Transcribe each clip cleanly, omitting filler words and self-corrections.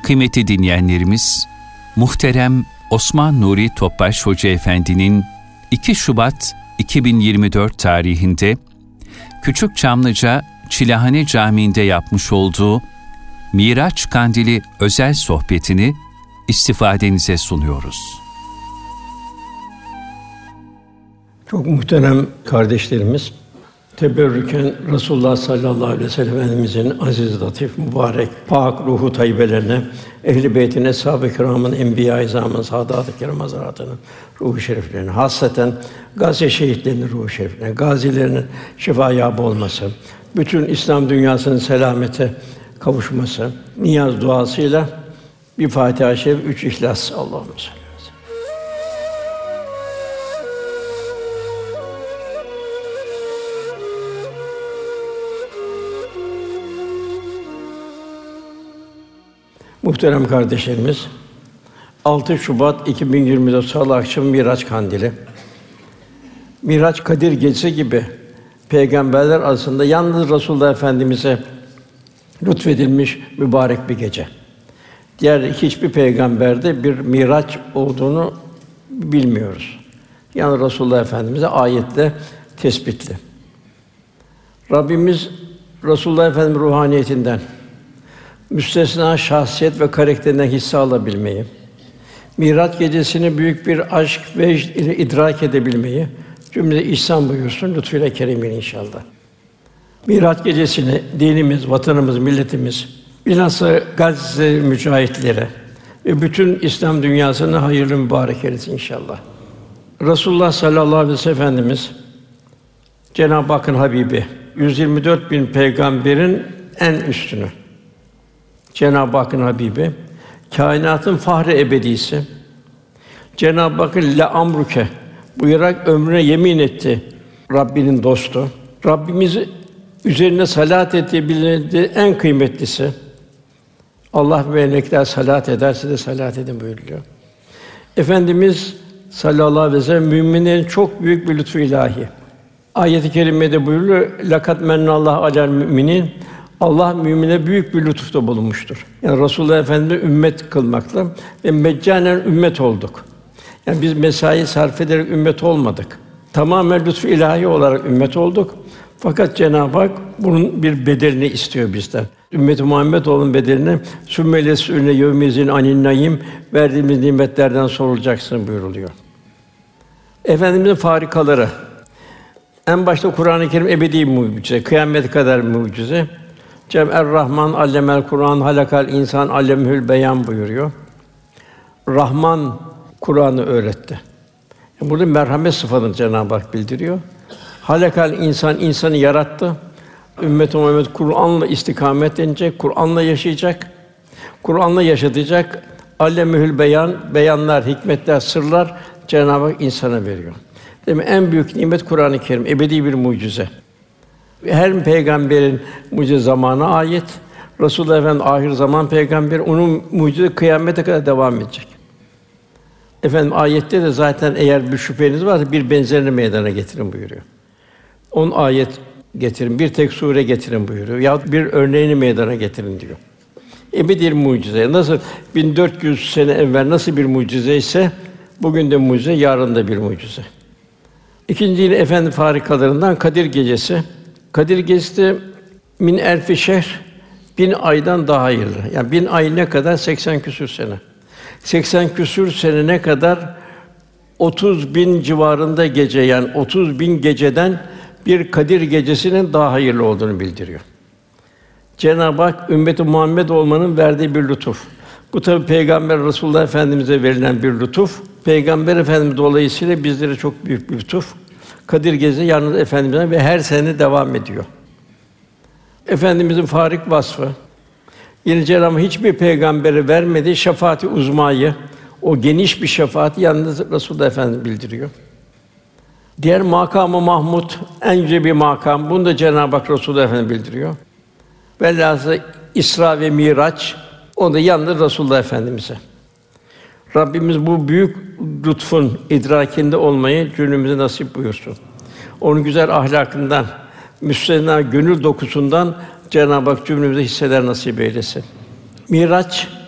Kıymetli dinleyenlerimiz, muhterem Osman Nuri Topbaş Hoca Efendi'nin 2 Şubat 2024 tarihinde Küçükçamlıca Çilehane Camii'nde yapmış olduğu Miraç Kandili özel sohbetini istifadenize sunuyoruz. Çok muhterem kardeşlerimiz, teberrüken Resulullah sallallahu aleyhi ve sellem Efendimizin aziz, latif, mübarek, pak ruhu tayyibelerine, ehl-i beytin, eshab-ı kirâmın, enbiya-i izâmın, saadat-ı kirâm hazretlerinin ruhu şeriflerine, hasreten Gazze şehitlerinin ruhu şeriflerine, gazilerinin şifa-yâb olması, bütün İslam dünyasının selamete kavuşması, niyaz duasıyla bir Fatiha-i Şerif, 3 İhlas. Allahümme salli. Muhterem kardeşlerimiz, 6 Şubat 2024 Salı akşamı Miraç Kandili. Miraç Kadir Gecesi gibi peygamberler arasında yalnız Resulullah Efendimiz'e lütfedilmiş mübarek bir gece. Diğer hiçbir peygamberde bir Miraç olduğunu bilmiyoruz. Yani Resulullah Efendimiz'e ayetle tespitli. Rabbimiz Resulullah Efendimiz ruhaniyetinden, müstesna şahsiyet ve karakterinden hisse alabilmeyi, Miraç gecesini büyük bir aşk ve ile idrak edebilmeyi cümle ihsan buyursun lütfuyla keremiyle inşallah. Miraç gecesini dinimiz, vatanımız, milletimiz, bilhassa Gazze mücahitleri ve bütün İslam dünyasını hayırlı mübarek eylesin inşallah. Resulullah sallallahu aleyhi ve sellem Efendimiz Cenab-ı Hakk'ın Habibi, 124.000 peygamberin en üstünü. Cenab-ı Hakk'ın Habibi, kainatın fahri ebedisi. Cenab-ı Hakk'ın la amruke buyurarak ömrüne yemin etti. Rabbinin dostu. Rabbimiz üzerine salat ettiği bildiği en kıymetlisi. Allah ve melekler salat ederse de salat edin buyuruyor. Efendimiz sallallahu aleyhi ve sellem müminlerin çok büyük bir lütfu ilahi. Ayet-i kerimede buyuruyor: "Lekad mennallahu alel müminin." Allah mümine büyük bir lütufta bulunmuştur. Yani Resulullah Efendimiz'e ümmet kılmakla ve meccanen ümmet olduk. Yani biz mesai sarf ederek ümmet olmadık. Tamamen lütfu ilahi olarak ümmet olduk. Fakat Cenab-ı Hak bunun bir bedelini istiyor bizden. Ümmet-i Muhammed olun bedelini sümme les'ûne yevmizin anin naim, verdiğimiz nimetlerden sorulacaksın buyuruluyor. Efendimizin farikaları. En başta Kur'an-ı Kerim ebedi mucize, kıyamete kadar mucize. Er-Rahman allemel Kur'an, halakal insan allemhül beyan buyuruyor. Rahman Kur'an'ı öğretti. Yani burada merhamet sıfatını Cenab-ı Hak bildiriyor. Halakal insan, insanı yarattı. Ümmet-i Muhammed Kur'an'la istikamet edecek, Kur'an'la yaşayacak, Kur'an'la yaşatacak. Allemhül beyan, beyanlar, hikmetler, sırlar Cenab-ı Hak insana veriyor. Demek en büyük nimet Kur'an-ı Kerim, ebedi bir mucize. Her peygamberin mucize zamana ait. Resulullah Efendimiz ahir zaman peygamberi, onun mucize kıyamete kadar devam edecek. Efendim ayette de zaten eğer bir şüpheniz varsa bir benzerini meydana getirin buyuruyor. 10 ayet getirin, bir tek sure getirin buyuruyor. Ya bir örneğini meydana getirin diyor. Ebedi bir mucize. Nasıl 1400 sene evvel nasıl bir mucize ise bugün de mucize, yarın da bir mucize. İkinci yine efendi farikalarından Kadir Gecesi. Kadir Gecesi min elfi şehr, 1000 aydan daha hayırlı. Yani 1000 ay ne kadar? 80 küsur sene. 80 küsur sene ne kadar? 30.000 civarında gece, yani 30.000 geceden bir Kadir Gecesi'nin daha hayırlı olduğunu bildiriyor. Cenab-ı Hak ümmeti Muhammed olmanın verdiği bir lütuf. Bu tabi Peygamber Resulullah Efendimize verilen bir lütuf. Peygamber Efendimiz dolayısıyla bizlere çok büyük bir lütuf. Kadir Gecesi yalnız Efendimiz'e ve her sene devam ediyor. Efendimizin farik vasfı, yine Cenab-ı Hak hiçbir peygambere vermediği şefaat-i uzmayı, o geniş bir şefaati yalnız Resulullah Efendimiz bildiriyor. Diğer makamı Mahmud en yüce bir makam. Bunu da Cenab-ı Hak Resulullah Efendimiz bildiriyor. Velhâsıl İsra ve Miraç o da yalnız Resulullah Efendimiz'e. Rabbimiz bu büyük lütfun idrakinde olmayı cümlemize nasip buyursun. Onun güzel ahlakından, müstesna gönül dokusundan Cenab-ı Hak cümlemize hisseler nasip eylesin. Miraç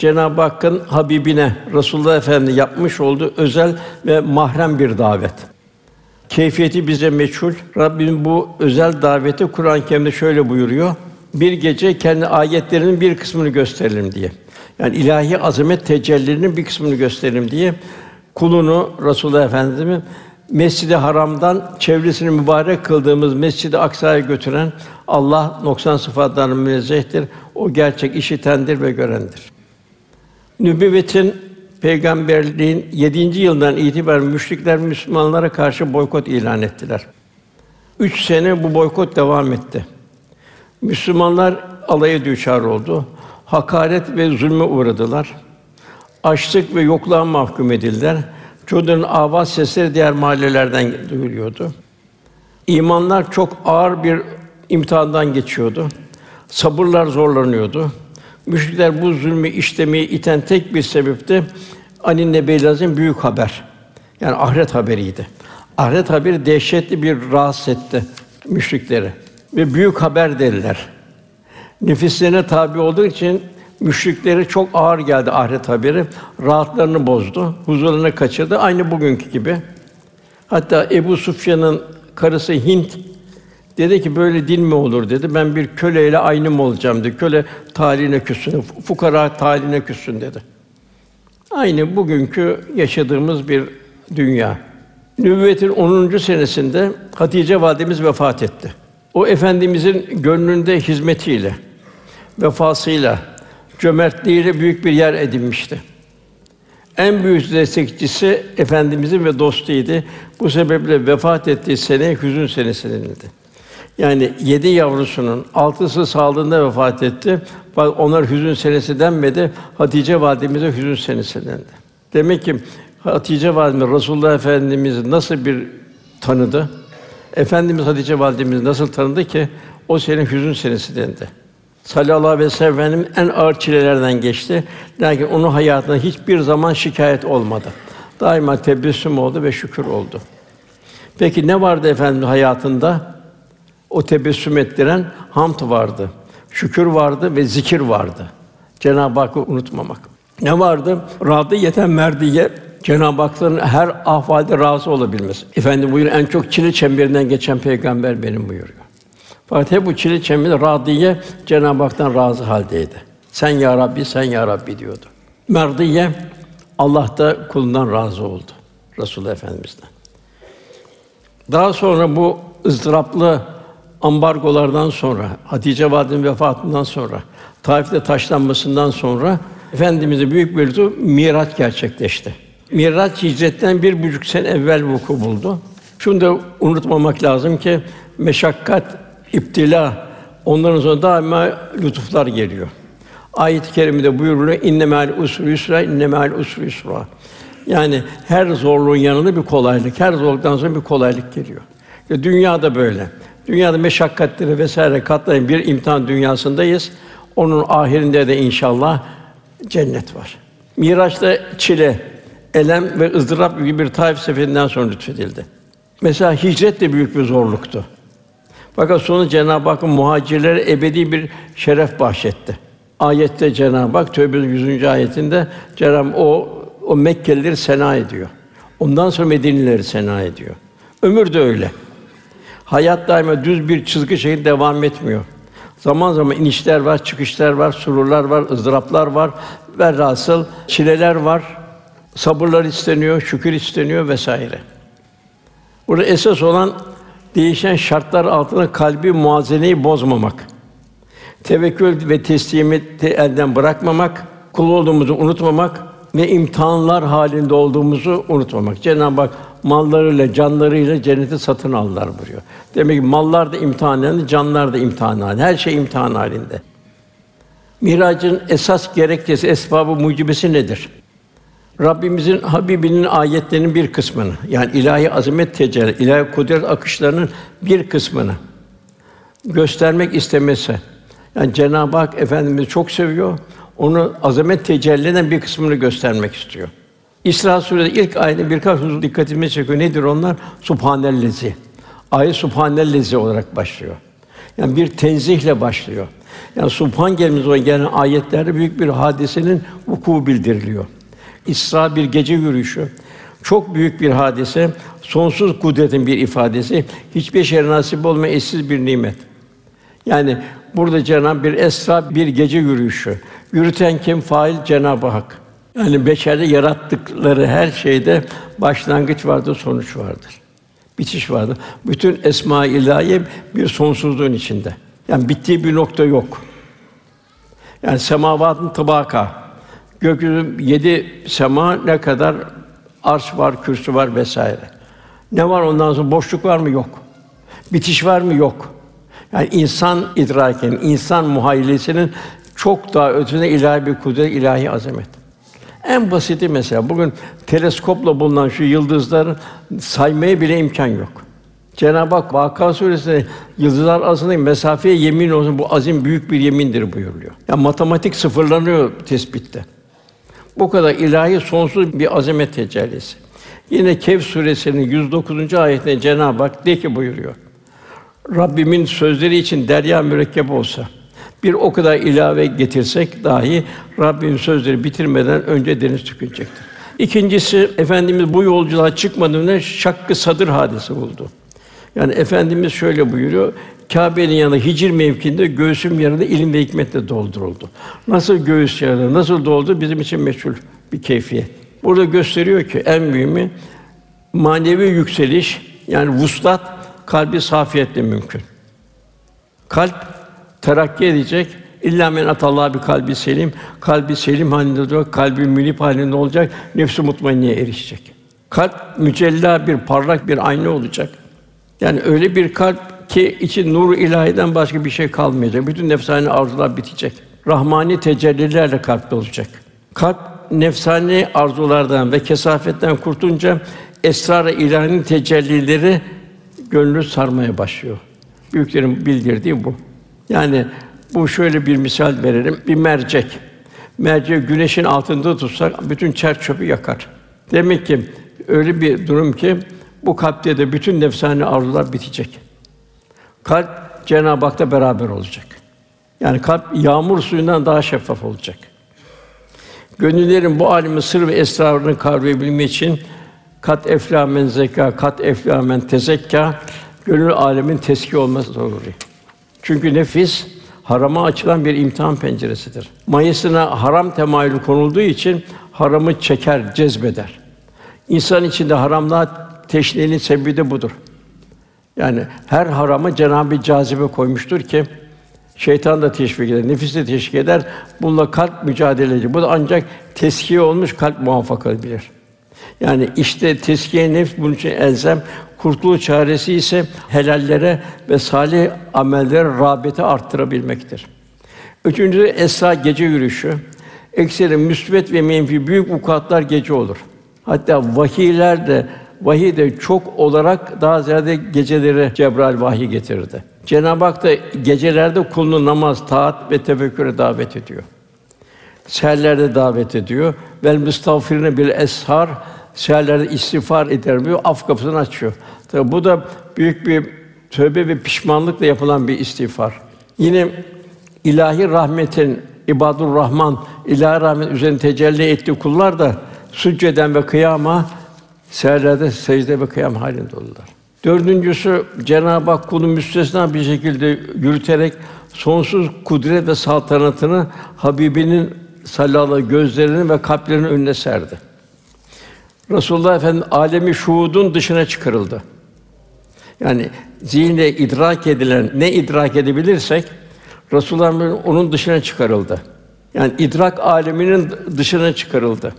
Cenab-ı Hakk'ın Habibine, Resulullah Efendimiz yapmış olduğu özel ve mahrem bir davet. Keyfiyeti bize meçhul. Rabbim bu özel daveti Kur'an-ı Kerim'de şöyle buyuruyor: bir gece kendi ayetlerinin bir kısmını gösterelim diye. Yani ilahi azamet tecellilerinin bir kısmını gösterelim diye kulunu Resulullah Efendimiz'i Mescid-i Haram'dan çevresini mübarek kıldığımız Mescid-i Aksa'ya götüren Allah noksan sıfatlarından münezzehtir. O gerçek işitendir ve görendir. Nübüvvetin, peygamberliğin 7. yılından itibaren müşrikler Müslümanlara karşı boykot ilan ettiler. 3 sene bu boykot devam etti. Müslümanlar alaya düçar oldu. Hakaret ve zulme uğradılar. Açlık ve yokluğa mahkum edildiler. Çocukların avaz sesleri diğer mahallelerden duyuluyordu. İmanlar çok ağır bir imtihandan geçiyordu. Sabırlar zorlanıyordu. Müşrikler bu zulmü işlemeyi iten tek bir sebep de Anin Nebe'l Azim büyük haber. Yani ahiret haberiydi. Ahiret haberi dehşetli bir rahatsız etti müşrikleri ve büyük haber dediler. Nefislerine tabi olduğu için müşriklere çok ağır geldi ahiret haberi. Rahatlarını bozdu, huzurlarını kaçırdı. Aynı bugünkü gibi. Hatta Ebu Süfyan'ın karısı Hint dedi ki böyle din mi olur dedi. Ben bir köleyle aynı mı olacağım dedi. Köle talihine küssün, fukara talihine küssün dedi. Aynı bugünkü yaşadığımız bir dünya. Nübüvvetin 10. senesinde Hatice validemiz vefat etti. O efendimizin gönlünde hizmetiyle, vefasıyla, cömertliğiyle büyük bir yer edinmişti. En büyük destekçisi efendimizin ve dostuydu. Bu sebeple vefat ettiği sene hüzün senesi denildi. Yani 7 yavrusunun 6'sı sağlığında vefat etti. Onlar hüzün senesi denmedi. Hatice validemize hüzün senesi dendi. Demek ki Hatice validemiz Resulullah Efendimiz nasıl bir tanıdı? Efendimiz Hatice validemiz nasıl tanıdı ki o sene hüzün senesi dendi. Sallallahu aleyhi ve sellem en ağır çilelerden geçti. Lakin onun hayatında hiçbir zaman şikayet olmadı. Daima tebessüm oldu ve şükür oldu. Peki ne vardı efendim hayatında? O tebessüm ettiren hamd vardı, şükür vardı ve zikir vardı. Cenab-ı Hakk'ı unutmamak. Ne vardı? Radiyeten merdiye, Cenab-ı Hakk'ın her ahvalde razı olabilmesi. Efendim buyuruyor, en çok çile çemberinden geçen peygamber benim buyuruyor. Fakat hep bu çile çemberi radiye Cenab-ı Hak'tan razı haldeydi. Sen ya Rabbi, sen ya Rabbi diyordu. Merdiye Allah da kulundan razı oldu Resulullah Efendimiz'den. Daha sonra bu ızdıraplı ambargolardan sonra, Hatice validemizin vefatından sonra, Taif'te taşlanmasından sonra Efendimiz'e büyük bir lütuf Miraç gerçekleşti. Miraç hicretten 1,5 sene evvel vuku buldu. Şunu da unutmamak lazım ki meşakkat, İptila, ondan sonra daima lütuflar geliyor. Ayet-i kerimede buyuruluyor: "İnne me'al usri yusra, inne me'al usri yusra." Yani her zorluğun yanında bir kolaylık, her zorluktan sonra bir kolaylık geliyor. Dünya da böyle. Dünyada meşakkatleri vesaire katlayan bir imtihan dünyasındayız. Onun ahirinde de inşallah cennet var. Miraç'ta çile, elem ve ızdırap gibi bir Taif seferinden sonra lütfedildi. Mesela hicret de büyük bir zorluktu. Fakat sonra Cenab-ı Hakk'ın muhacirlere ebedi bir şeref bahşetti. Ayette Cenab-ı Hak Tevbe 100. ayetinde Cenab-ı Hak o Mekkelileri sena ediyor. Ondan sonra Medinelileri sena ediyor. Ömür de öyle. Hayat daima düz bir çizgi şeklinde devam etmiyor. Zaman zaman inişler var, çıkışlar var, sururlar var, ızdıraplar var, velhasıl çileler var, sabırlar isteniyor, şükür isteniyor vesaire. Burada esas olan değişen şartlar altında kalbi muvazeneyi bozmamak, tevekkül ve teslimiyeti elden bırakmamak, kul olduğumuzu unutmamak ve imtihanlar halinde olduğumuzu unutmamak. Cenab-ı Hak mallarıyla, canlarıyla cenneti satın aldılar buyuruyor. Demek ki mallar da imtihan halinde, canlar da imtihan halinde. Her şey imtihan halinde. Miracın esas gerekçesi, esbab-ı mucibesi nedir? Rabbimizin Habibinin ayetlerinin bir kısmını, yani ilahi azamet tecelli, ilahi kudret akışlarının bir kısmını göstermek istemesi. Yani Cenab-ı Hak Efendimiz'i çok seviyor. Onu azamet tecelliden bir kısmını göstermek istiyor. İsra Sûresi ilk ayetinde birkaç husus dikkatimi çekiyor. Nedir onlar? Subhanellezi. Ayet Subhanellezi olarak başlıyor. Yani bir tenzihle başlıyor. Yani Subhan kelimesinden gelen ayetlerde büyük bir hadisenin vuku bildiriliyor. İsra bir gece yürüyüşü. Çok büyük bir hadise, sonsuz kudretin bir ifadesi, hiçbir şeye nasip olmayan eşsiz bir nimet. Yani burada Cenab-ı bir esra, bir gece yürüyüşü. Yürüten kim? Fail Cenab-ı Hak. Yani beşeri yarattıkları her şeyde başlangıç vardır, sonuç vardır. Bitiş vardır. Bütün esma-i ilahiye bir sonsuzluğun içinde. Yani bittiği bir nokta yok. Yani semavatın tabaka. Gökyüzü 7 sema ne kadar arş var, kürsü var vesaire. Ne var ondan sonra? Boşluk var mı? Yok. Bitiş var mı? Yok. Yani insan idrakinin, insan muhayyilesinin çok daha ötesinde ilahi bir kudret, ilahi azamet. En basiti mesela bugün teleskopla bulunan şu yıldızları saymaya bile imkan yok. Cenab-ı Hak Vakıa Suresi'nde yıldızlar arasındaki mesafeye yemin olsun bu azim büyük bir yemindir buyuruyor. Ya matematik sıfırlanıyor tespitte. Bu kadar ilahi sonsuz bir azamet tecellisi. Yine Kehf Suresi'nin 109. ayetinde Cenab-ı Hak de ki buyuruyor. Rabbimin sözleri için derya mürekkep olsa, bir o kadar ilave getirsek dahi Rabbimin sözleri bitirmeden önce deniz tükenecektir. İkincisi, Efendimiz bu yolculuğa çıkmadan önce şakkı sadır hadisi oldu. Yani Efendimiz şöyle buyuruyor, Kâbe'nin yanında Hicr mevkiinde göğsüm yarıda ilim ve hikmetle dolduruldu. Nasıl göğüs yarıda, nasıl doldu bizim için meçhul bir keyfiyet. Burada gösteriyor ki en mühimi manevi yükseliş, yani vuslat kalbi safiyetle mümkün. Kalp terakki edecek. İllâ men atallâhe bi kalbi selim. Kalbi selim halinde duruyor, kalbi münib halinde olacak, nefs-i mutmainneye erişecek. Kalp mücella bir parlak bir ayna olacak. Yani öyle bir kalp ki içi nur-u ilahiden başka bir şey kalmayacak. Bütün nefsani arzular bitecek. Rahmani tecellilerle kalpte olacak. Kalp nefsani arzulardan ve kesafetten kurtulunca esrar-ı ilahinin tecellileri gönlü sarmaya başlıyor. Büyüklerin bildirdiği bu. Yani bu şöyle bir misal verelim. Bir mercek. Merceği güneşin altında tutsak bütün çer çöpü yakar. Demek ki öyle bir durum ki bu kalpte de bütün nefsani arzular bitecek. Kalp Cenab-ı Hak'la beraber olacak. Yani kalp yağmur suyundan daha şeffaf olacak. Gönüllerin bu âlimin sır ve esrarını kavrayabilmek için kat eflâ men zekâ, kat eflâ men tezekkâ, gönül âlemin tezkiye olması zaruri. Çünkü nefis harama açılan bir imtihan penceresidir. Mayasına haram temayülü konulduğu için haramı çeker, cezbeder. İnsan içinde haramlığa teşneğinin sebebi de budur. Yani her harama Cenab-ı cazibe koymuştur ki şeytan da teşvik eder, nefis de teşvik eder. Bununla kalp mücadele ediyor. Bu da ancak teskiye olmuş kalp muvaffak olabilir. Yani işte teskiye nefs bunun için elzem. Kurtuluş çaresi ise helallere ve salih amellere rağbeti arttırabilmektir. Üçüncüsü esra gece yürüyüşü. Ekseri müsbet ve menfi büyük vukuatlar gece olur. Hatta vahiy de çok olarak daha ziyade geceleri Cebrail vahyi getirirdi. Cenab-ı Hak da gecelerde kulunu namaz, taat ve tefekküre davet ediyor. Seherlerde davet ediyor. Vel müstağfirine bil eshar, seherlerde istiğfar eder diyor, af kapısını açıyor. Tabi bu da büyük bir tövbe ve pişmanlıkla yapılan bir istiğfar. Yine ilahi rahmetin ibadur Rahman, ilahi rahmet üzerine tecelli ettiği kullar da sücceden ve kıyama seherlerde secde ve kıyam halinde olurlar. Dördüncüsü Cenab-ı Hak kulunu müstesna bir şekilde yürüterek sonsuz kudret ve saltanatını Habibinin sallallahu aleyhi gözlerinin ve kalplerinin önüne serdi. Resulullah Efendimiz âlemi şuhudun dışına çıkarıldı. Yani zihinle idrak edilen ne idrak edebilirsek Resulullah onun dışına çıkarıldı. Yani idrak âleminin dışına çıkarıldı.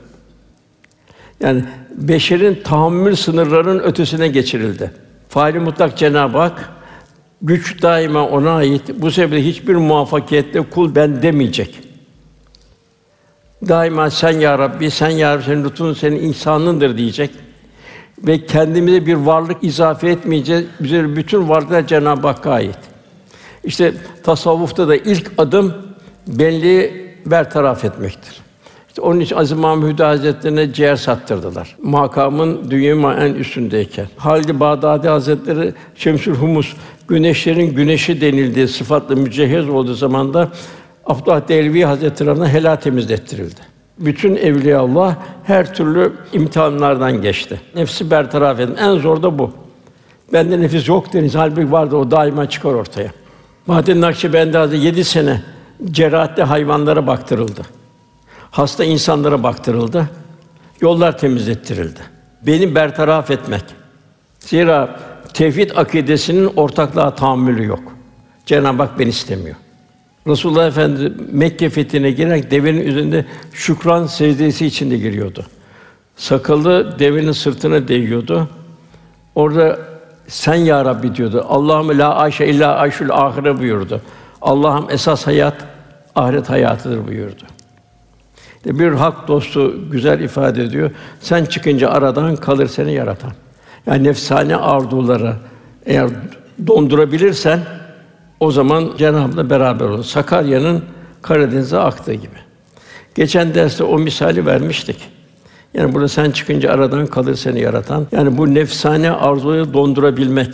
Yani beşerin tahammül sınırlarının ötesine geçirildi. Faîl-i mutlak Cenab-ı Hak, güç daima ona ait. Bu sebeple hiçbir muvaffakiyetle kul ben demeyecek. Daima sen ya Rabbi, sen ya Rabbi, senin lütfun, senin ihsanındır diyecek. Ve kendimize bir varlık izafe etmeyeceğiz. Bize bütün varlıklar Cenab-ı Hakk'a ait. İşte tasavvufta da ilk adım benliği bertaraf etmektir. İşte onun için Aziz Mahmud Hüdayi Hazretlerine ciğer sattırdılar. Makamın dünyevi en üstündeyken. Halid-i Bağdadi Hazretleri Şemsül Humus, güneşlerin güneşi denildiği sıfatla mücehhez olduğu zamanda Abdullah Dehlevi Hazretleri tarafından helal temizlettirildi. Bütün evliyaullah her türlü imtihanlardan geçti. Nefsi bertaraf edin. En zor da bu. Bende nefis yok deniz, halbuki vardı, o daima çıkar ortaya. Bahattin Nakşibendi Hazretleri 7 sene cerrahatte hayvanlara baktırıldı. Hasta insanlara baktırıldı. Yollar temizlettirildi. Beni bertaraf etmek. Zira tevhid akidesinin ortaklığa tahammülü yok. Cenab-ı Hak beni istemiyor. Resulullah Efendimiz Mekke fethine girerek devenin üzerinde şükran secdesi içinde giriyordu. Sakalı devenin sırtına değiyordu. Orada sen ya Rabbi diyordu. Allahümme la ayşe illa ayşul ahire buyurdu. Allah'ım esas hayat ahiret hayatıdır buyurdu. Bir hak dostu güzel ifade ediyor. Sen çıkınca aradan kalır seni yaratan. Yani nefsani arzuları eğer dondurabilirsen o zaman Cenab-ı beraber olur. Sakarya'nın Karadeniz'e aktığı gibi. Geçen derste o misali vermiştik. Yani burada sen çıkınca aradan kalır seni yaratan. Yani bu nefsani arzuyu dondurabilmek.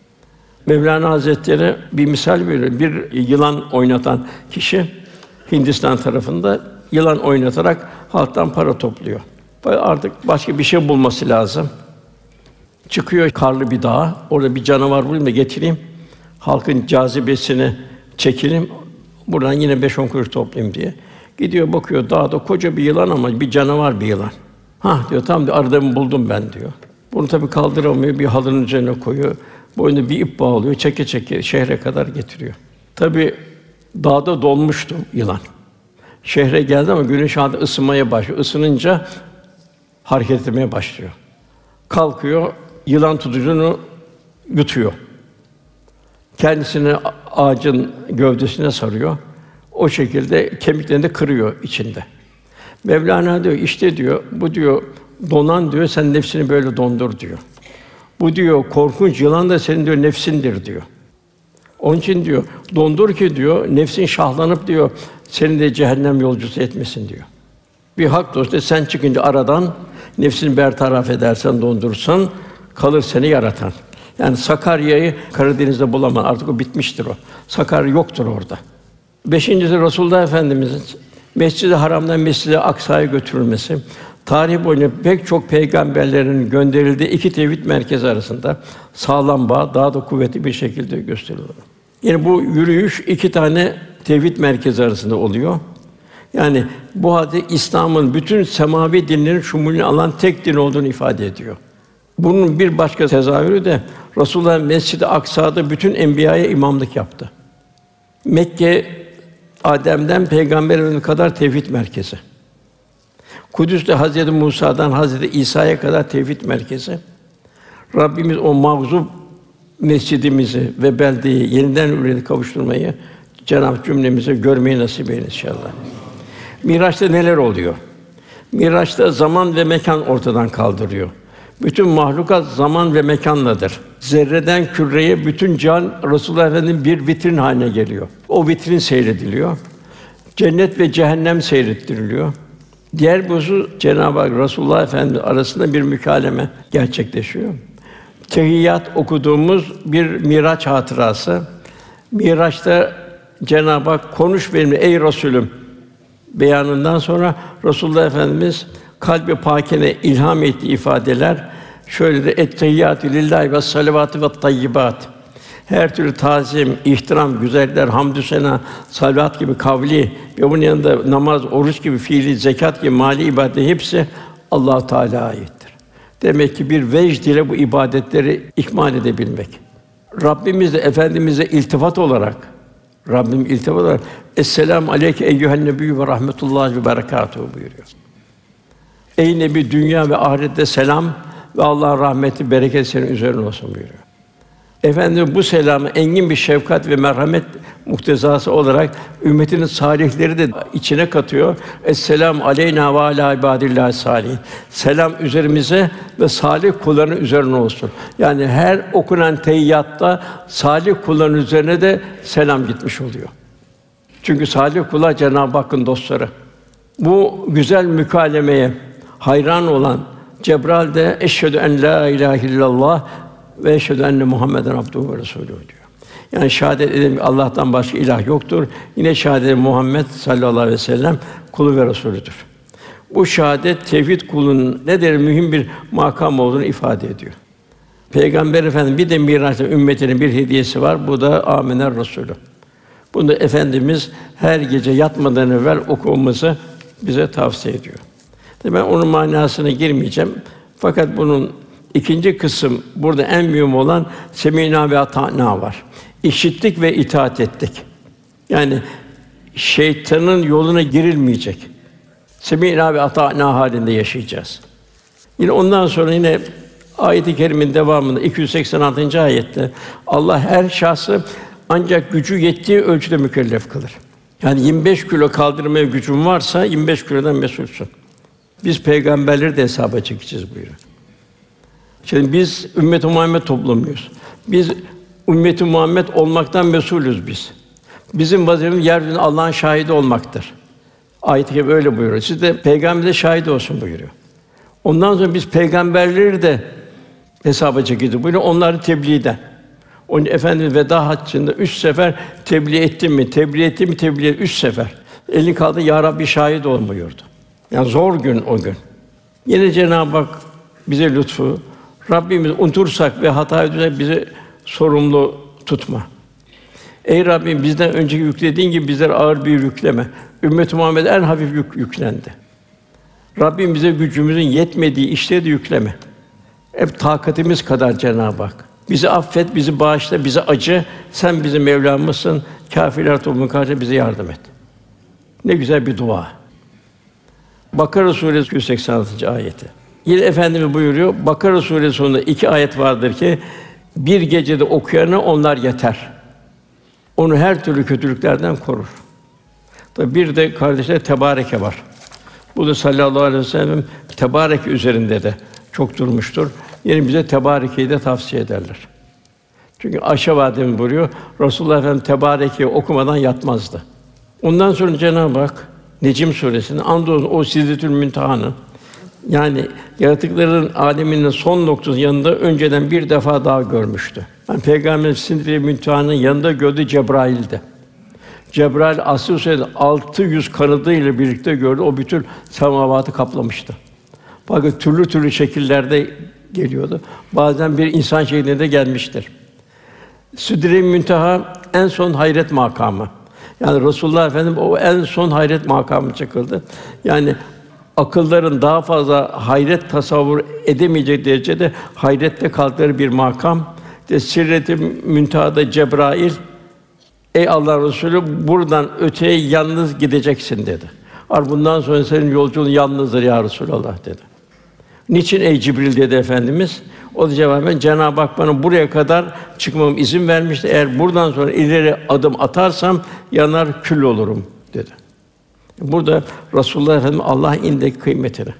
Mevlana Hazretleri bir misal veriyor. Bir yılan oynatan kişi Hindistan tarafında yılan oynatarak halktan para topluyor. Artık başka bir şey bulması lazım. Çıkıyor karlı bir dağa. Orada bir canavar bulayım da getireyim. Halkın cazibesine çekileyim. Buradan yine 5-10 kuruş toplayayım diye. Gidiyor bakıyor dağda koca bir yılan ama bir canavar bir yılan. Hah diyor, tam diyor, aradığımı buldum ben diyor. Bunu tabii kaldıramıyor, bir halının üzerine koyuyor. Boynuna bir ip bağlıyor, çeke çeke şehre kadar getiriyor. Tabii dağda donmuştu yılan. Şehre geldi ama güneş altında ısınmaya başlıyor. Isınınca hareket etmeye başlıyor. Kalkıyor, yılan tutucunu yutuyor. Kendisini ağacın gövdesine sarıyor. O şekilde kemiklerini de kırıyor içinde. Mevlana diyor, işte diyor, bu diyor donan diyor, sen nefsini böyle dondur diyor. Bu diyor korkunç yılan da senin diyor nefsindir diyor. Onun için diyor dondur ki diyor nefsin şahlanıp diyor seni de cehennem yolcusu etmesin diyor. Bir hak dostu sen çıkınca aradan nefsini bertaraf edersen, dondurursan kalır seni yaratan. Yani Sakarya'yı Karadeniz'de bulamaz. Artık o bitmiştir o. Sakarya yoktur orada. Beşincisi Resulullah Efendimiz'in Mescid-i Haram'dan Mescid-i Aksa'ya götürülmesi. Tarih boyunca pek çok peygamberlerin gönderildiği iki tevhid merkezi arasında sağlam bağ daha da kuvvetli bir şekilde gösteriliyor. Yani bu yürüyüş iki tane tevhid merkezi arasında oluyor. Yani bu hadis İslam'ın bütün semavi dinlerin şumulünü alan tek din olduğunu ifade ediyor. Bunun bir başka tezahürü de Resulullah Mescid-i Aksa'da bütün enbiyaya imamlık yaptı. Mekke Adem'den Peygamber'e kadar tevhid merkezi. Kudüs'te Hazreti Musa'dan Hazreti İsa'ya kadar tevhid merkezi. Rabbimiz o mağzub mescidimizi ve beldeyi yeniden hürriyete kavuşturmayı Cenab-ı cümlemize görmeyi nasip eylesin inşallah. Miraç'ta neler oluyor? Miraç'ta zaman ve mekan ortadan kaldırıyor. Bütün mahlukat zaman ve mekanladır. Zerreden küreye bütün can Resulullah Efendimiz'in bir vitrin haline geliyor. O vitrin seyrediliyor. Cennet ve cehennem seyrettiriliyor. Diğer bir husus Cenab-ı Hak Resulullah Efendimiz arasında bir mükâleme gerçekleşiyor. Tehiyyat okuduğumuz bir Miraç hatırası. Miraç'ta Cenab-ı Hak konuş benimle ey Resulüm beyanından sonra Resulullah Efendimiz kalb-i pâkine ilham ettiği ifadeler şöyle de ettehiyyatü lillahi ve salavatü ve tayyibat. Her türlü tazim, ihtiram, güzeller, hamdü sena, salavat gibi kavli ve bunun yanında namaz, oruç gibi fiili, zekat gibi mali ibadet hepsi Allah Teala'ya aittir. Demek ki bir vecd ile bu ibadetleri ikmal edebilmek. Rabbimiz de Efendimiz'e iltifat olarak Rabbim iltifat olarak Esselamu aleyke eyyühen nebiyyü ve rahmetullahi ve berekâtuhu buyuruyor. Ey Nebi dünya ve ahirette selam ve Allah'ın rahmeti, bereketi senin üzerine olsun buyuruyor. Efendimiz bu selamı engin bir şefkat ve merhamet muktezası olarak ümmetinin salihleri de içine katıyor. Esselamu aleyna ve alâ ibâdillâhi sâlihin. Selam üzerimize ve salih kulların üzerine olsun. Yani her okunan tehiyyatta salih kulların üzerine de selam gitmiş oluyor. Çünkü salih kullar Cenab-ı Hakk'ın dostları. Bu güzel mükalemeye hayran olan Cebrail de eşhedü en la ilahe illallah ve eşhedü enne Muhammeden abduhu ve resûlühü diyor. Yani şahaadet ederim ki Allah'tan başka ilah yoktur. Yine şahaadet ederim Muhammed sallallahu aleyhi ve sellem kulu ve resulüdür. Bu şahadet tevhid kulunun ne derece mühim bir makam olduğunu ifade ediyor. Peygamber Efendimiz bir de Miraç'ta ümmetinin bir hediyesi var. Bu da Âmener Rasûlü. Bunu da Efendimiz her gece yatmadan evvel okumamızı bize tavsiye ediyor. Ben onun manasına girmeyeceğim. Fakat bunun ikinci kısım burada en mühim olan semînâ ve atâ'nâ var. İşittik ve itaat ettik. Yani şeytanın yoluna girilmeyecek. Semînâ ve atâ'nâ halinde yaşayacağız. Yine ondan sonra yine ayet-i kerimenin devamında 286. ayette Allah her şahsı ancak gücü yettiği ölçüde mükellef kılır. Yani 25 kilo kaldırmaya gücün varsa 25 kilodan mesulsün. Biz peygamberleri de hesaba çekeceğiz buyuruyor. Şimdi biz ümmet-i Muhammed toplumuyuz. Biz ümmet-i Muhammed olmaktan mesulüz biz. Bizim vazifemiz yeryüzünde Allah'ın şahidi olmaktır. Ayet-i kerime öyle buyuruyor. Siz de peygamberimize şahit olsun buyuruyor. Ondan sonra biz peygamberleri de hesaba çekeceğiz buyuruyor. Onları tebliğden. Onun Efendimiz veda haccında 3 sefer tebliğ ettim mi? Tebliğ ettim mi? Tebliğ 3 sefer. Elini kaldı ya Rabbi şahit ol buyurdu. Yani zor gün o gün. Yine Cenab-ı Hak bize lütfu, Rabbimiz unutursak ve hata edersek bizi sorumlu tutma. Ey Rabbim bizden önceki yüklediğin gibi bizlere ağır bir yükleme. Ümmet-i Muhammed'e en hafif yüklendi. Rabbim bize gücümüzün yetmediği işleri de yükleme. Hep takatimiz kadar Cenab-ı Hak. Bizi affet, bizi bağışla, bize acı. Sen bizim Mevlamızsın. Kâfirler toplumunun karşısında bize yardım et. Ne güzel bir dua. Bakara suresi 186. ayeti. Yine Efendimiz buyuruyor. Bakara suresi sonunda 2 ayet vardır ki bir gecede okuyana onlar yeter. Onu her türlü kötülüklerden korur. Tabi bir de kardeşler Tebâreke var. Bu da sallallahu aleyhi ve sellem Tebâreke üzerinde de çok durmuştur. Yine bize Tebâreke'yi de tavsiye ederler. Çünkü Ayşe validemiz buyuruyor, Resulullah Efendimiz Tebâreke'yi okumadan yatmazdı. Ondan sonra Cenab-ı Hak Necm suresinde andolsun o Sidretül Münteha'nın yani yaratıkların âleminin son noktasının yanında önceden bir defa daha görmüştü. Yani Peygamberimiz Sidretül Münteha'nın yanında gördüğü Cebrail'di. Cebrail asr-ı saadette 600 kanadıyla birlikte gördü. O bütün semavatı kaplamıştı. Fakat türlü türlü şekillerde geliyordu. Bazen bir insan şeklinde gelmiştir. Sidre-i Münteha en son hayret makamı. Yani Resulullah Efendimiz o en son hayret makamı çıkıldı. Yani akılların daha fazla hayret tasavvur edemeyecek derecede hayrette kaldıkları bir makam. Sidre-i Münteha'da Cebrail, ey Allah Resulü buradan öteye yalnız gideceksin dedi. Bundan sonra senin yolculuğun yalnızdır ya Resulallah dedi. Niçin ey Cibril dedi Efendimiz? O da cevaben Cenab-ı Hak bana buraya kadar çıkmama izin vermişti. Eğer buradan sonra ileri adım atarsam yanar kül olurum dedi. Burada Resulullah Efendimiz Allah indeki kıymetini.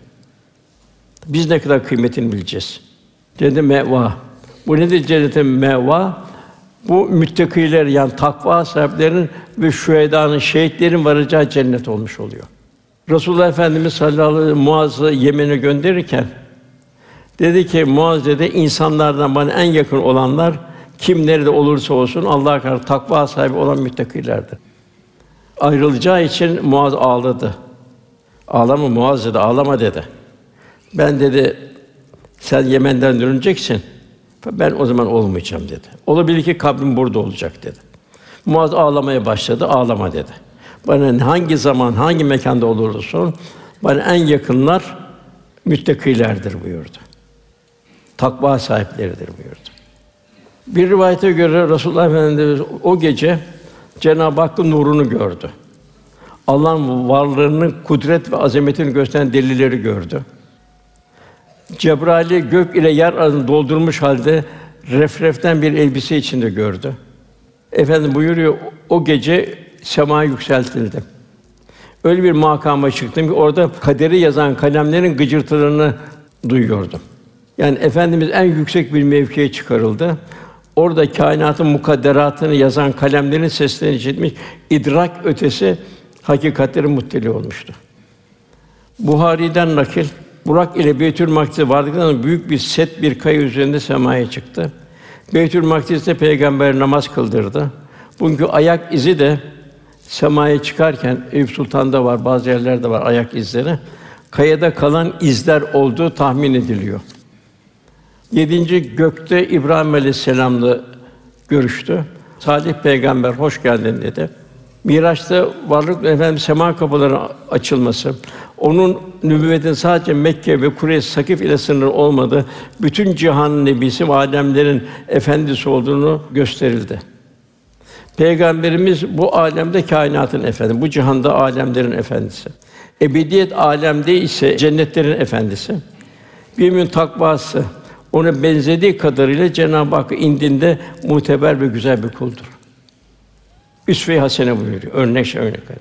Biz ne kadar kıymetini bileceğiz. Cennet meva. Bu nedir cennetin meva? Bu müttakiler yani takva sahiplerinin ve şühedanın, şehitlerin varacağı cennet olmuş oluyor. Resulullah Efendimiz sallallahu aleyhi ve sellem Muaz'ı Yemen'e gönderirken dedi ki Muaz dedi insanlardan bana en yakın olanlar kim nerede olursa olsun Allah'a karşı takva sahibi olan müttakilerdir. Ayrılacağı için Muaz ağladı. Ağlama Muaz dedi, ağlama dedi. Ben dedi sen Yemen'den döneceksin. Ben o zaman olmayacağım dedi. Olabilir ki kabrim burada olacak dedi. Muaz ağlamaya başladı. Ağlama dedi. Bana hangi zaman, hangi mekanda olursa bana en yakınlar müttakilerdir buyurdu. Takva sahipleridir buyurdu. Bir rivayete göre Resulullah Efendimiz o gece Cenab-ı Hakk'ın nurunu gördü. Allah'ın varlığını, kudret ve azametini gösteren delilleri gördü. Cebrail'i gök ile yer arasını doldurmuş halde refreften bir elbise içinde gördü. Efendim buyuruyor, o gece semaya yükseltildi. Öyle bir makama çıktım ki orada kaderi yazan kalemlerin gıcırtılarını duyuyordum. Yani Efendimiz en yüksek bir mevkiye çıkarıldı. Orada kainatın mukadderatını yazan kalemlerin seslerini işitmiş, idrak ötesi hakikatleri muttali olmuştu. Buhari'den nakil, Burak ile Beytül Makdis'e vardıktan sonra büyük bir set bir kaya üzerinde semaya çıktı. Beytül Makdis'te Peygamber namaz kıldırdı. Bugünkü ayak izi de semaya çıkarken Eyüp Sultan'da var, bazı yerlerde var ayak izleri. Kayada kalan izler olduğu tahmin ediliyor. 7. gökte İbrahim Aleyhisselam'la görüştü. Salih Peygamber hoş geldin dedi. Miraç'ta varlık Efendimiz sema kapılarının açılması, onun nübüvvetin sadece Mekke ve Kureyş, Sakif ile sınırlı olmadığı, bütün cihanın nebisi ve âlemlerin efendisi olduğunu gösterildi. Peygamberimiz bu âlemde kainatın efendisi, bu cihanda âlemlerin efendisi. Ebediyet âlemde ise cennetlerin efendisi. Bir mümin takvası ona benzediği kadarıyla Cenab-ı Hakk'a indinde muteber ve güzel bir kuldur. Üsve-i hasene buyuruyor. Örnek.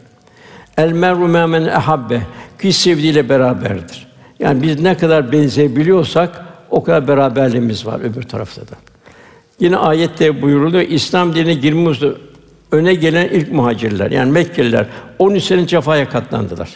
El mer'u men ehabbe, ki sevdiğiyle beraberdir. Yani biz ne kadar benzeyebiliyorsak o kadar beraberliğimiz var öbür tarafta da. Yine ayette buyuruluyor, İslam dinine girmemizde öne gelen ilk muhacirler, yani Mekkeliler 13 sene cefaya katlandılar.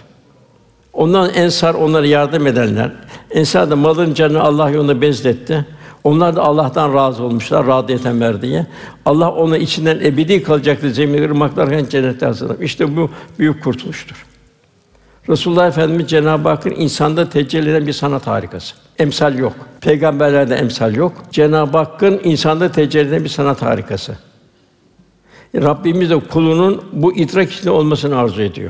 Ondan ensar onlara yardım edenler, ensar da malın canını Allah yolunda bezletti. Onlar da Allah'tan razı olmuşlar, radiyeten verdiği. Allah ona içinden ebedi kalacaktı zemin ırmaklarken cennete hazırlamış. İşte bu büyük kurtuluştur. Resulullah Efendimiz Cenab-ı Hakk'ın insanda tecelli eden bir sanat harikası. Emsal yok. Peygamberlerde emsal yok. Cenab-ı Hakk'ın insanda tecelli eden bir sanat harikası. Rabbimiz de kulunun bu idrak içinde olmasını arzu ediyor.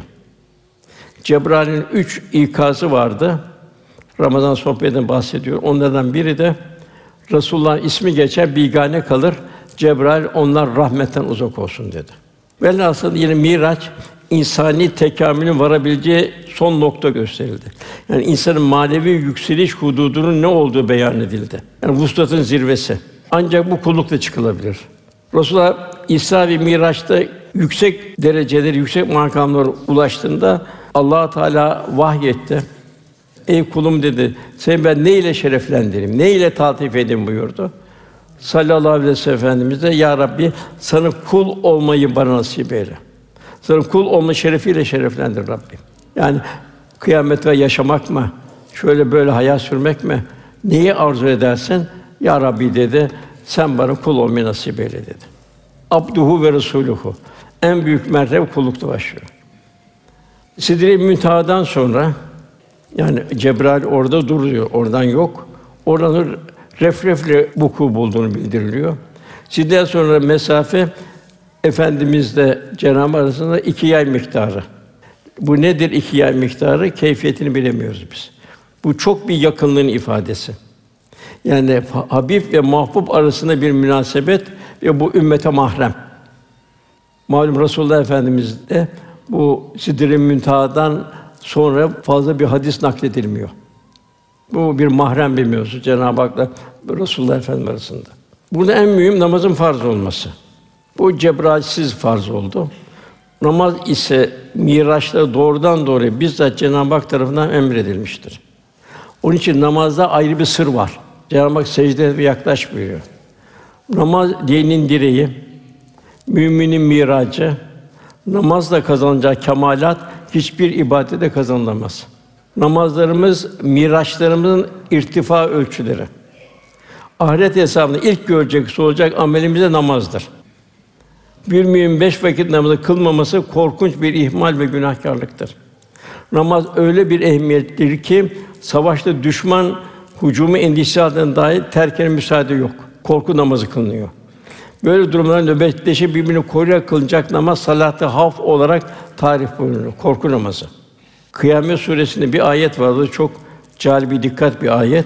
Cebrail'in 3 ikazı vardı. Ramazan sohbetinden bahsediyor. Onlardan biri de Resulullah'ın ismi geçer, bigane kalır. Cebrail onlar rahmetten uzak olsun dedi. Velhasıl yine Miraç insani tekamülün varabileceği son nokta gösterildi. Yani insanın manevi yükseliş hududunun ne olduğu beyan edildi. Yani vuslatın zirvesi. Ancak bu kullukla çıkılabilir. Resulullah İsra ve Miraç'ta yüksek dereceleri, yüksek makamlara ulaştığında Allah Teala vahyetti. Ey kulum dedi, seni ben ne ile şereflendireyim, ne ile taltif edeyim buyurdu. Sallallahu aleyhi ve sellem Efendimiz de ya Rabbi sana kul olmayı bana nasip eyle. Sana kul olma şerefiyle şereflendir Rabbim. Yani kıyamette yaşamak mı, şöyle böyle hayat sürmek mi, neyi arzu edersen ya Rabbi dedi, sen bana kul olmayı nasip eyle dedi. Abduhu ve resuluhu. En büyük mertebe kullukta başlıyor. Sidre-i Münteha'dan sonra yani Cebrail orada duruyor, oradan yok. Oradan refrefle vuku bulduğunu bildiriliyor. Sidre'den sonra mesafe Efendimizle Cenab-ı arasında 2 yay miktarı. Bu nedir 2 yay miktarı? Keyfiyetini bilemiyoruz biz. Bu çok bir yakınlığın ifadesi. Yani Habib ve Mahbub arasında bir münasebet ve bu ümmete mahrem. Malum Resulullah Efendimiz de bu Sidre-i Münteha'dan sonra fazla bir hadis nakledilmiyor. Bu bir mahrem bir mevzu Cenab-ı Hak'la Resulullah Efendimiz arasında. Burada en mühim namazın farz olması. Bu Cebrail'siz farz oldu. Namaz ise Miraç'ta doğrudan doğruya bizzat Cenab-ı Hak tarafından emredilmiştir. Onun için namazda ayrı bir sır var. Cenab-ı Hak secdeye ve yaklaş buyuruyor. Namaz dinin direği, müminin miracı, namazla kazanacağı kemalat hiçbir ibadete kazanılamaz. Namazlarımız miraçlarımızın irtifa ölçüleri. Ahiret hesabında ilk görecek, soracak amelimiz de namazdır. Bir mümin 5 vakit namazı kılmaması korkunç bir ihmal ve günahkârlıktır. Namaz öyle bir ehemmiyetlidir ki savaşta düşman hücumu endişesi halinde dahi terkine müsaade yok. Korku namazı kılınıyor. Böyle durumlarda nöbetleşip birbirini koruyarak kılınacak namaz salat-ı havf olarak tarif buyurulur. Korku namazı. Kıyamet Sûresinde bir ayet vardır. Çok calibi dikkat bir ayet.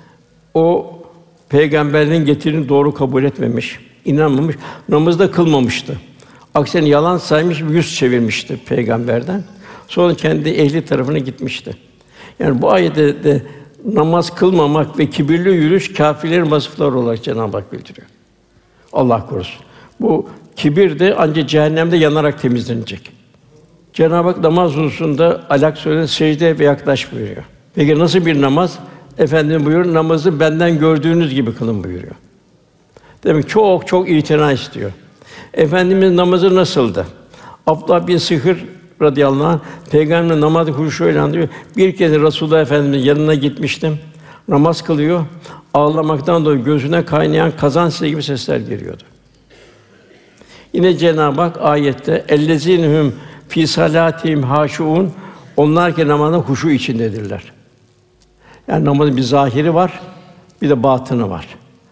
O peygamberlerin getirdiğini doğru kabul etmemiş, inanmamış, namazda kılmamıştı. Aksine yalan saymış, yüz çevirmişti peygamberden. Sonra kendi ehli tarafına gitmişti. Yani bu ayette de namaz kılmamak ve kibirli yürüyüş kâfirlerin vasıfları olarak Cenab-ı Hak bildiriyor. Allah korusun. Bu kibir de ancak cehennemde yanarak temizlenecek. Cenab-ı Hak namaz hususunda Alak Sûresinde secde ve yaklaş buyuruyor. Peki nasıl bir namaz? Efendimiz buyuruyor, namazı benden gördüğünüz gibi kılın buyuruyor. Demek çok itina istiyor. Efendimiz namazı nasıldı? Abdullah bin Sıhır radıyallahu anh Peygamber namazı huşuyla anlıyor. Bir kez Resulullah Efendimiz'in yanına gitmiştim. Namaz kılıyor. Ağlamaktan dolayı gözüne kaynayan kazan sesi gibi sesler geliyordu. Yine Cenab-ı Hak ayette "Ellezinhum fî salâtihim hâşiûn" onlar ki namazda huşu içindedirler. Yani namazın bir zahiri var, bir de batını var.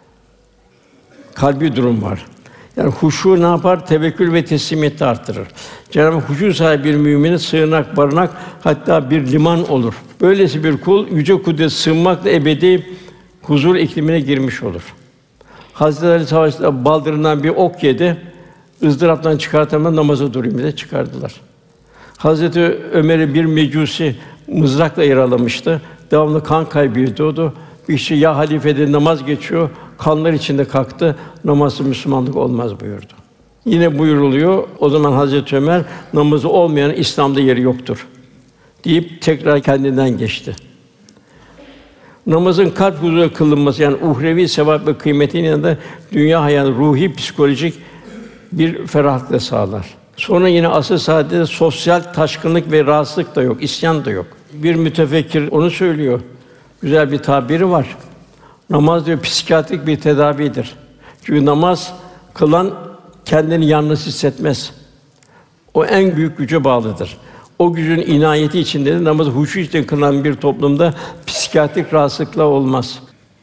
Kalbi durum var. Yani huşu ne yapar? Tevekkül ve teslimiyeti artırır. Cenab-ı Hak huşu sahibi bir mümine sığınak, barınak, hatta bir liman olur. Böylesi bir kul yüce kudret sığınmakla ebedi huzur iklimine girmiş olur. Hazreti Ali savaşta baldırından bir ok yedi. ızdıraptan çıkartamadan namaza durayım diye çıkardılar. Hazreti Ömer'i bir mecusi mızrakla yaralamıştı. Devamlı kan kaybı ediyordu. Bir kişi ya halife dedi, namaz geçiyor, kanlar içinde kalktı. Namazsız Müslümanlık olmaz buyurdu. Yine buyuruluyor. O zaman Hazreti Ömer namazı olmayan İslam'da yeri yoktur deyip tekrar kendinden geçti. Namazın kalp huzuruyla kılınması yani uhrevi sevap ve kıymetinin yanında dünya hayatı ruhi psikolojik bir ferahlık sağlar. Sonra yine asr-ı saadette sosyal taşkınlık ve rahatsızlık da yok, isyan da yok. Bir mütefekkir onu söylüyor. Güzel bir tabiri var. Namaz diyor psikiyatrik bir tedavidir. Çünkü namaz kılan kendini yalnız hissetmez. O en büyük güce bağlıdır. O gücün inayeti içinde namazı huşu içinde kılınan bir toplumda psikiyatrik rahatsızlıklar olmaz.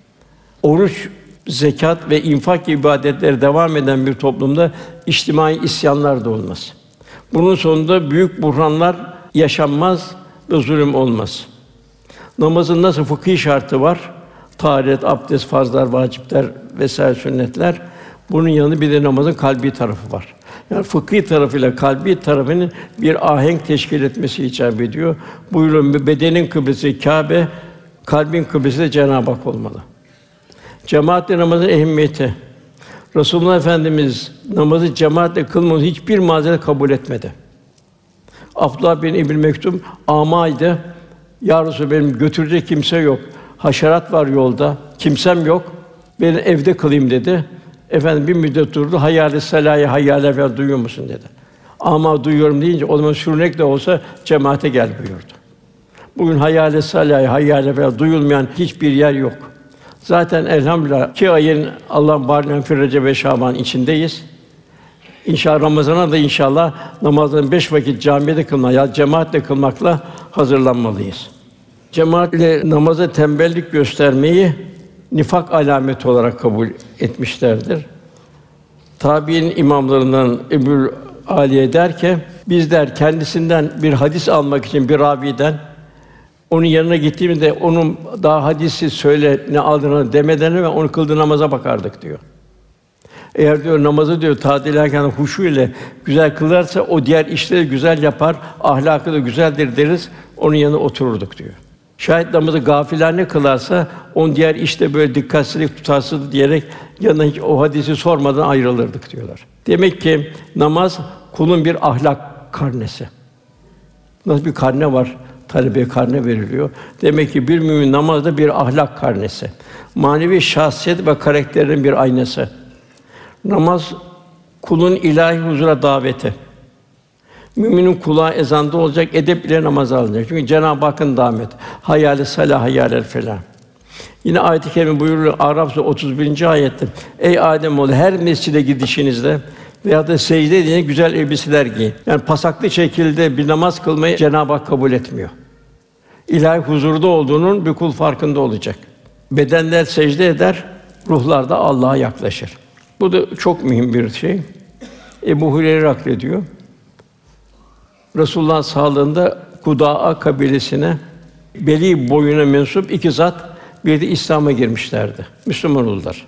Oruç, zekat ve infak gibi ibadetleri devam eden bir toplumda içtimai isyanlar da olmaz. Bunun sonunda büyük buhranlar yaşanmaz ve zulüm olmaz. Namazın nasıl fıkhi şartı var? Taharet, abdest, farzlar, vacipler vesaire sünnetler. Bunun yanında bir de namazın kalbi tarafı var. Yani fıkhi tarafıyla kalbi tarafının bir ahenk teşkil etmesi icap ediyor. Buyurun bedenin kıblesi Kâbe, kalbin kıblesi de Cenab-ı Hak olmalı. Cemaatle namazın ehemmiyeti. Resulullah Efendimiz namazı cemaatle kılmayı hiçbir mazeret kabul etmedi. Abdullah bin İbn Mektum âmâydı. Ya Resulallah benim götürecek kimse yok. Haşerat var yolda. Kimsem yok. Ben evde kılayım dedi. Efendim bir müddet durdu. Hayyâle selâye hayyâle ve duyuyor musun dedi. Ama duyuyorum deyince o zaman sürünek de olsa cemaate gel buyurdu. Bugün hayyâle selâye hayyâle ve duyulmayan hiçbir yer yok. Zaten elhamdülillah 2 ayın Allah'ın barinen fi Recep ve Şaban içindeyiz. İnşallah Ramazan'a da inşallah namazların 5 vakit camide kılmak ya cemaatle kılmakla hazırlanmalıyız. Cemaatle namaza tembellik göstermeyi nifak alameti olarak kabul etmişlerdir. Tabiîn imamlarından Ebu'l Aliye der ki, biz der kendisinden bir hadis almak için bir raviden onun yanına gittiğimizde onun daha hadisi söyle ne aldığını demeden ve onu kıldığı namaza bakardık diyor. Eğer diyor namazı diyor tadilerken huşu ile güzel kılarsa o diğer işleri güzel yapar, ahlakı da güzeldir deriz. Onun yanına otururduk diyor. Şayet namazı gafilane kılarsa on diğer işte böyle dikkatsizlik tutarsız diyerek yanına hiç o hadisi sormadan ayrılırdık diyorlar. Demek ki namaz kulun bir ahlak karnesi. Nasıl bir karne var? Talebeye karne veriliyor. Demek ki bir mümin namazda bir ahlak karnesi. Manevi şahsiyet ve karakterinin bir aynası. Namaz kulun ilahi huzura daveti. Müminin kulağı ezanda olacak, edep ile namaz alınacak. Çünkü Cenab-ı Hakk'ın daveti. Hayyâle salâh, hayyâle felâh. Yine ayet-i kerime buyuruyor Araf suresi 31. ayette. Ey Âdemoğlu her mescide gidişinizde veya da secde edince güzel elbiseler giyin. Yani pasaklı şekilde bir namaz kılmayı Cenab-ı Hak kabul etmiyor. İlahi huzurda olduğunun bir kul farkında olacak. Bedenler secde eder, ruhlar da Allah'a yaklaşır. Bu da çok mühim bir şey. Ebu Hureyre naklediyor. Resulullah sağlığında Kudaa kabilesine Beli boyuna mensup 2 zat bir de İslam'a girmişlerdi. Müslüman oldular.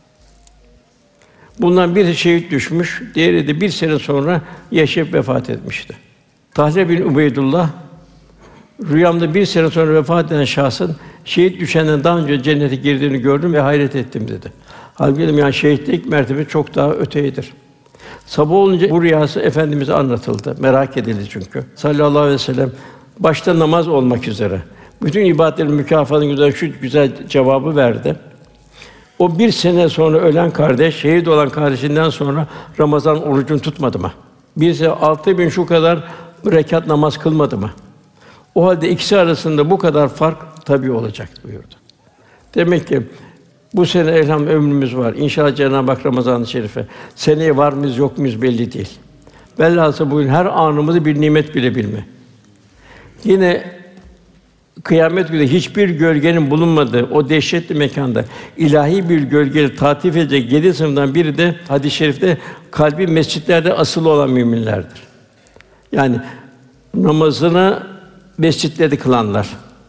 Bundan biri şehit düşmüş, diğeri de 1 sene sonra yaşayıp vefat etmişti. Talha bin Ubeydullah rüyamda 1 sene sonra vefat eden şahsın şehit düşenden daha önce cennete girdiğini gördüm ve hayret ettim dedi. Halbuki dedim yani şehitlik mertebe çok daha öteyidir. Sabah olunca bu rüyası Efendimiz'e anlatıldı. Merak edildi çünkü. Sallallahu aleyhi ve sellem başta namaz olmak üzere bütün ibadetlerin mükafatının güzel şu güzel cevabı verdi. O 1 sene sonra ölen kardeş, şehit olan kardeşinden sonra Ramazan orucunu tutmadı mı? Bir sene 6.000 şu kadar rekat namaz kılmadı mı? O halde ikisi arasında bu kadar fark tabii olacak buyurdu. Demek ki bu sene elhamdülillah ömrümüz var. İnşallah Cenab-ı Hak Ramazan-ı Şerif'e seneye var mıyız yok muyuz belli değil. Velhâsıl bugün her anımızı bir nimet bilebilme. Yine kıyamet günü hiçbir gölgenin bulunmadığı o dehşetli mekanda ilahi bir gölgeyle tatif edecek 7 sınıftan biri de hadis-i şerifte kalbi mescitlerde asılı olan müminlerdir. Yani namazını mescitlerde kılanlar.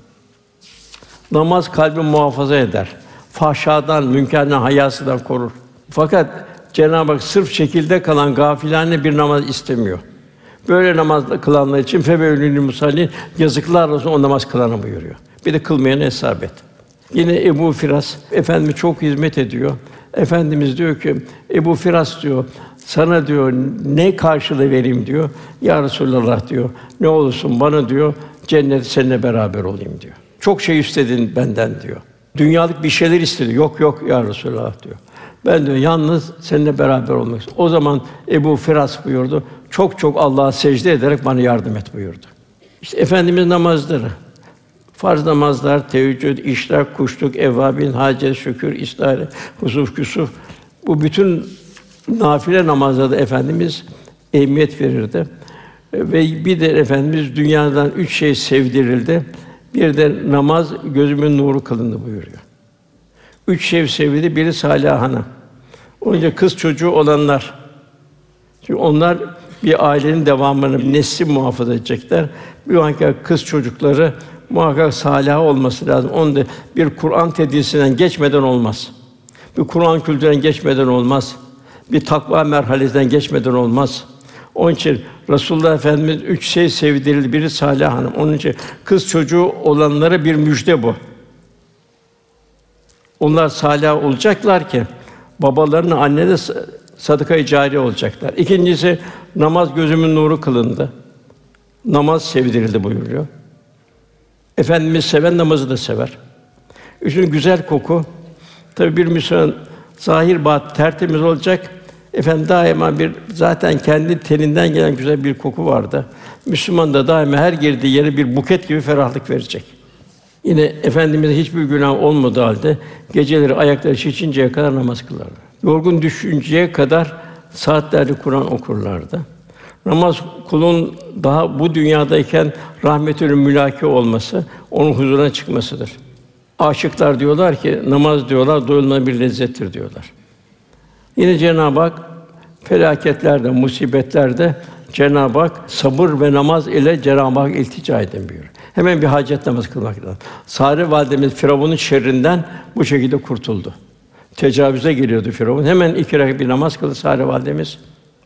Namaz kalbi muhafaza eder. Fahşadan, münkerden, hayasından korur. Fakat Cenab-ı Hak sırf şekilde kalan gafilane bir namaz istemiyor. Böyle namaz kılanlar için fevvelül musallin yazıklar olsun o namaz kılana buyuruyor. Bir de kılmayanı hesap et. Yine Ebu Firas Efendimiz çok hizmet ediyor. Efendimiz diyor ki Ebu Firas diyor sana diyor ne karşılığı vereyim diyor. Ya Resulallah diyor. Ne olursun bana diyor cennet seninle beraber olayım diyor. Çok şey istedin benden diyor. Dünyalık bir şeyler istedi. Yok yok ya Resulallah diyor. Ben diyor yalnız seninle beraber olmak istiyorum. O zaman Ebu Firas buyurdu. Çok çok Allah'a secde ederek bana yardım et buyurdu. İşte Efendimiz namazları. Farz namazlar, teheccüd, işrak, kuşluk, evvabin, hacet, şükür, istihare, husuf, küsuf. Bu bütün nafile namazlarda Efendimiz ehemmiyet verirdi. Ve bir de Efendimiz dünyadan 3 şey sevdirildi. Bir de namaz gözümün nuru kılındı buyuruyor. 3 şey sevildi, biri salih hanım. Önce kız çocuğu olanlar. Çünkü onlar bir ailenin devamını, nesli muhafaza edecekler. Bir anki kız çocukları muhakkak salih olması lazım. Onun da bir Kur'an tedrisinden geçmeden olmaz. Bir Kur'an kültüründen geçmeden olmaz. Bir takva merhalesinden geçmeden olmaz. Onun için Resulullah Efendimiz 3 şey sevdirildi. Biri salih hanım. Onun için kız çocuğu olanlara bir müjde bu. Onlar salih olacaklar ki babalarına, annelerine sadaka-i cariye olacaklar. İkincisi namaz gözümün nuru kılındı. Namaz sevdirildi buyuruyor. Efendimiz seven namazı da sever. Üçüncü güzel koku. Tabii bir Müslüman zahir batın tertemiz olacak. Efendim daima bir zaten kendi teninden gelen güzel bir koku vardı. Müslüman da daima her girdiği yere bir buket gibi ferahlık verecek. Yine Efendimiz'e hiçbir günah olmadığı halde geceleri ayakları şişinceye kadar namaz kılardı. Yorgun düşünceye kadar saatlerce Kur'an okurlardı. Namaz kulun daha bu dünyadayken rahmetül mülaki olması, onun huzuruna çıkmasıdır. Aşıklar diyorlar ki namaz diyorlar doyulmaz bir lezzettir diyorlar. Yine Cenab-ı Hak felaketlerde, musibetlerde Cenab-ı Hak sabır ve namaz ile Cenab-ı Hak iltica edin buyuruyor. Hemen bir hacet namazı kılmak lazım. Sare validemiz Firavun'un şerrinden bu şekilde kurtuldu. Tecavüze geliyordu Firavun. Hemen 2 rekat bir namaz kıldı Sare validemiz.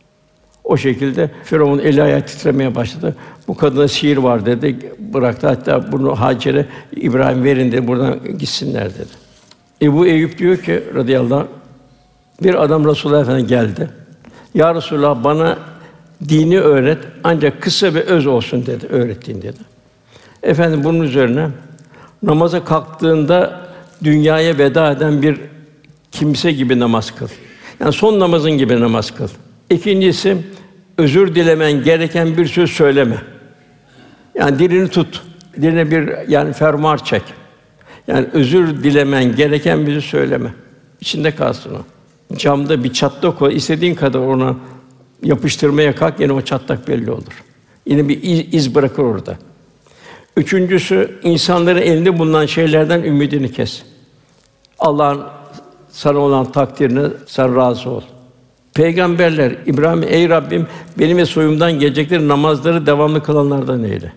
O şekilde Firavun eli ayağı titremeye başladı. Bu kadına sihir var dedi. Bıraktı. Hatta bunu Hacer'e İbrahim verin dedi. Buradan gitsinler dedi. Ebu Eyyub diyor ki radıyallahu anh, bir adam Resulullah Efendimiz'e geldi. Ya Resulallah bana dini öğret ancak kısa ve öz olsun dedi. Öğrettiğin dedi. Efendim bunun üzerine namaza kalktığında dünyaya veda eden bir kimse gibi namaz kıl. Yani son namazın gibi namaz kıl. İkincisi özür dilemen gereken bir söz söyleme. Yani dilini tut. Diline bir yani fermuar çek. Yani özür dilemen gereken bir söz söyleme. İçinde kalsın o. Camda bir çatlak o, istediğin kadar ona yapıştırmaya kalk, yine o çatlak belli olur. Yine bir iz bırakır orada. Üçüncüsü, insanların elinde bulunan şeylerden ümidini kes. Allah'ın sana olan takdirine sen razı ol. Peygamberler İbrahim, ey Rabbim benim ve soyumdan gelecekleri namazları devamlı kılanlardan eyle.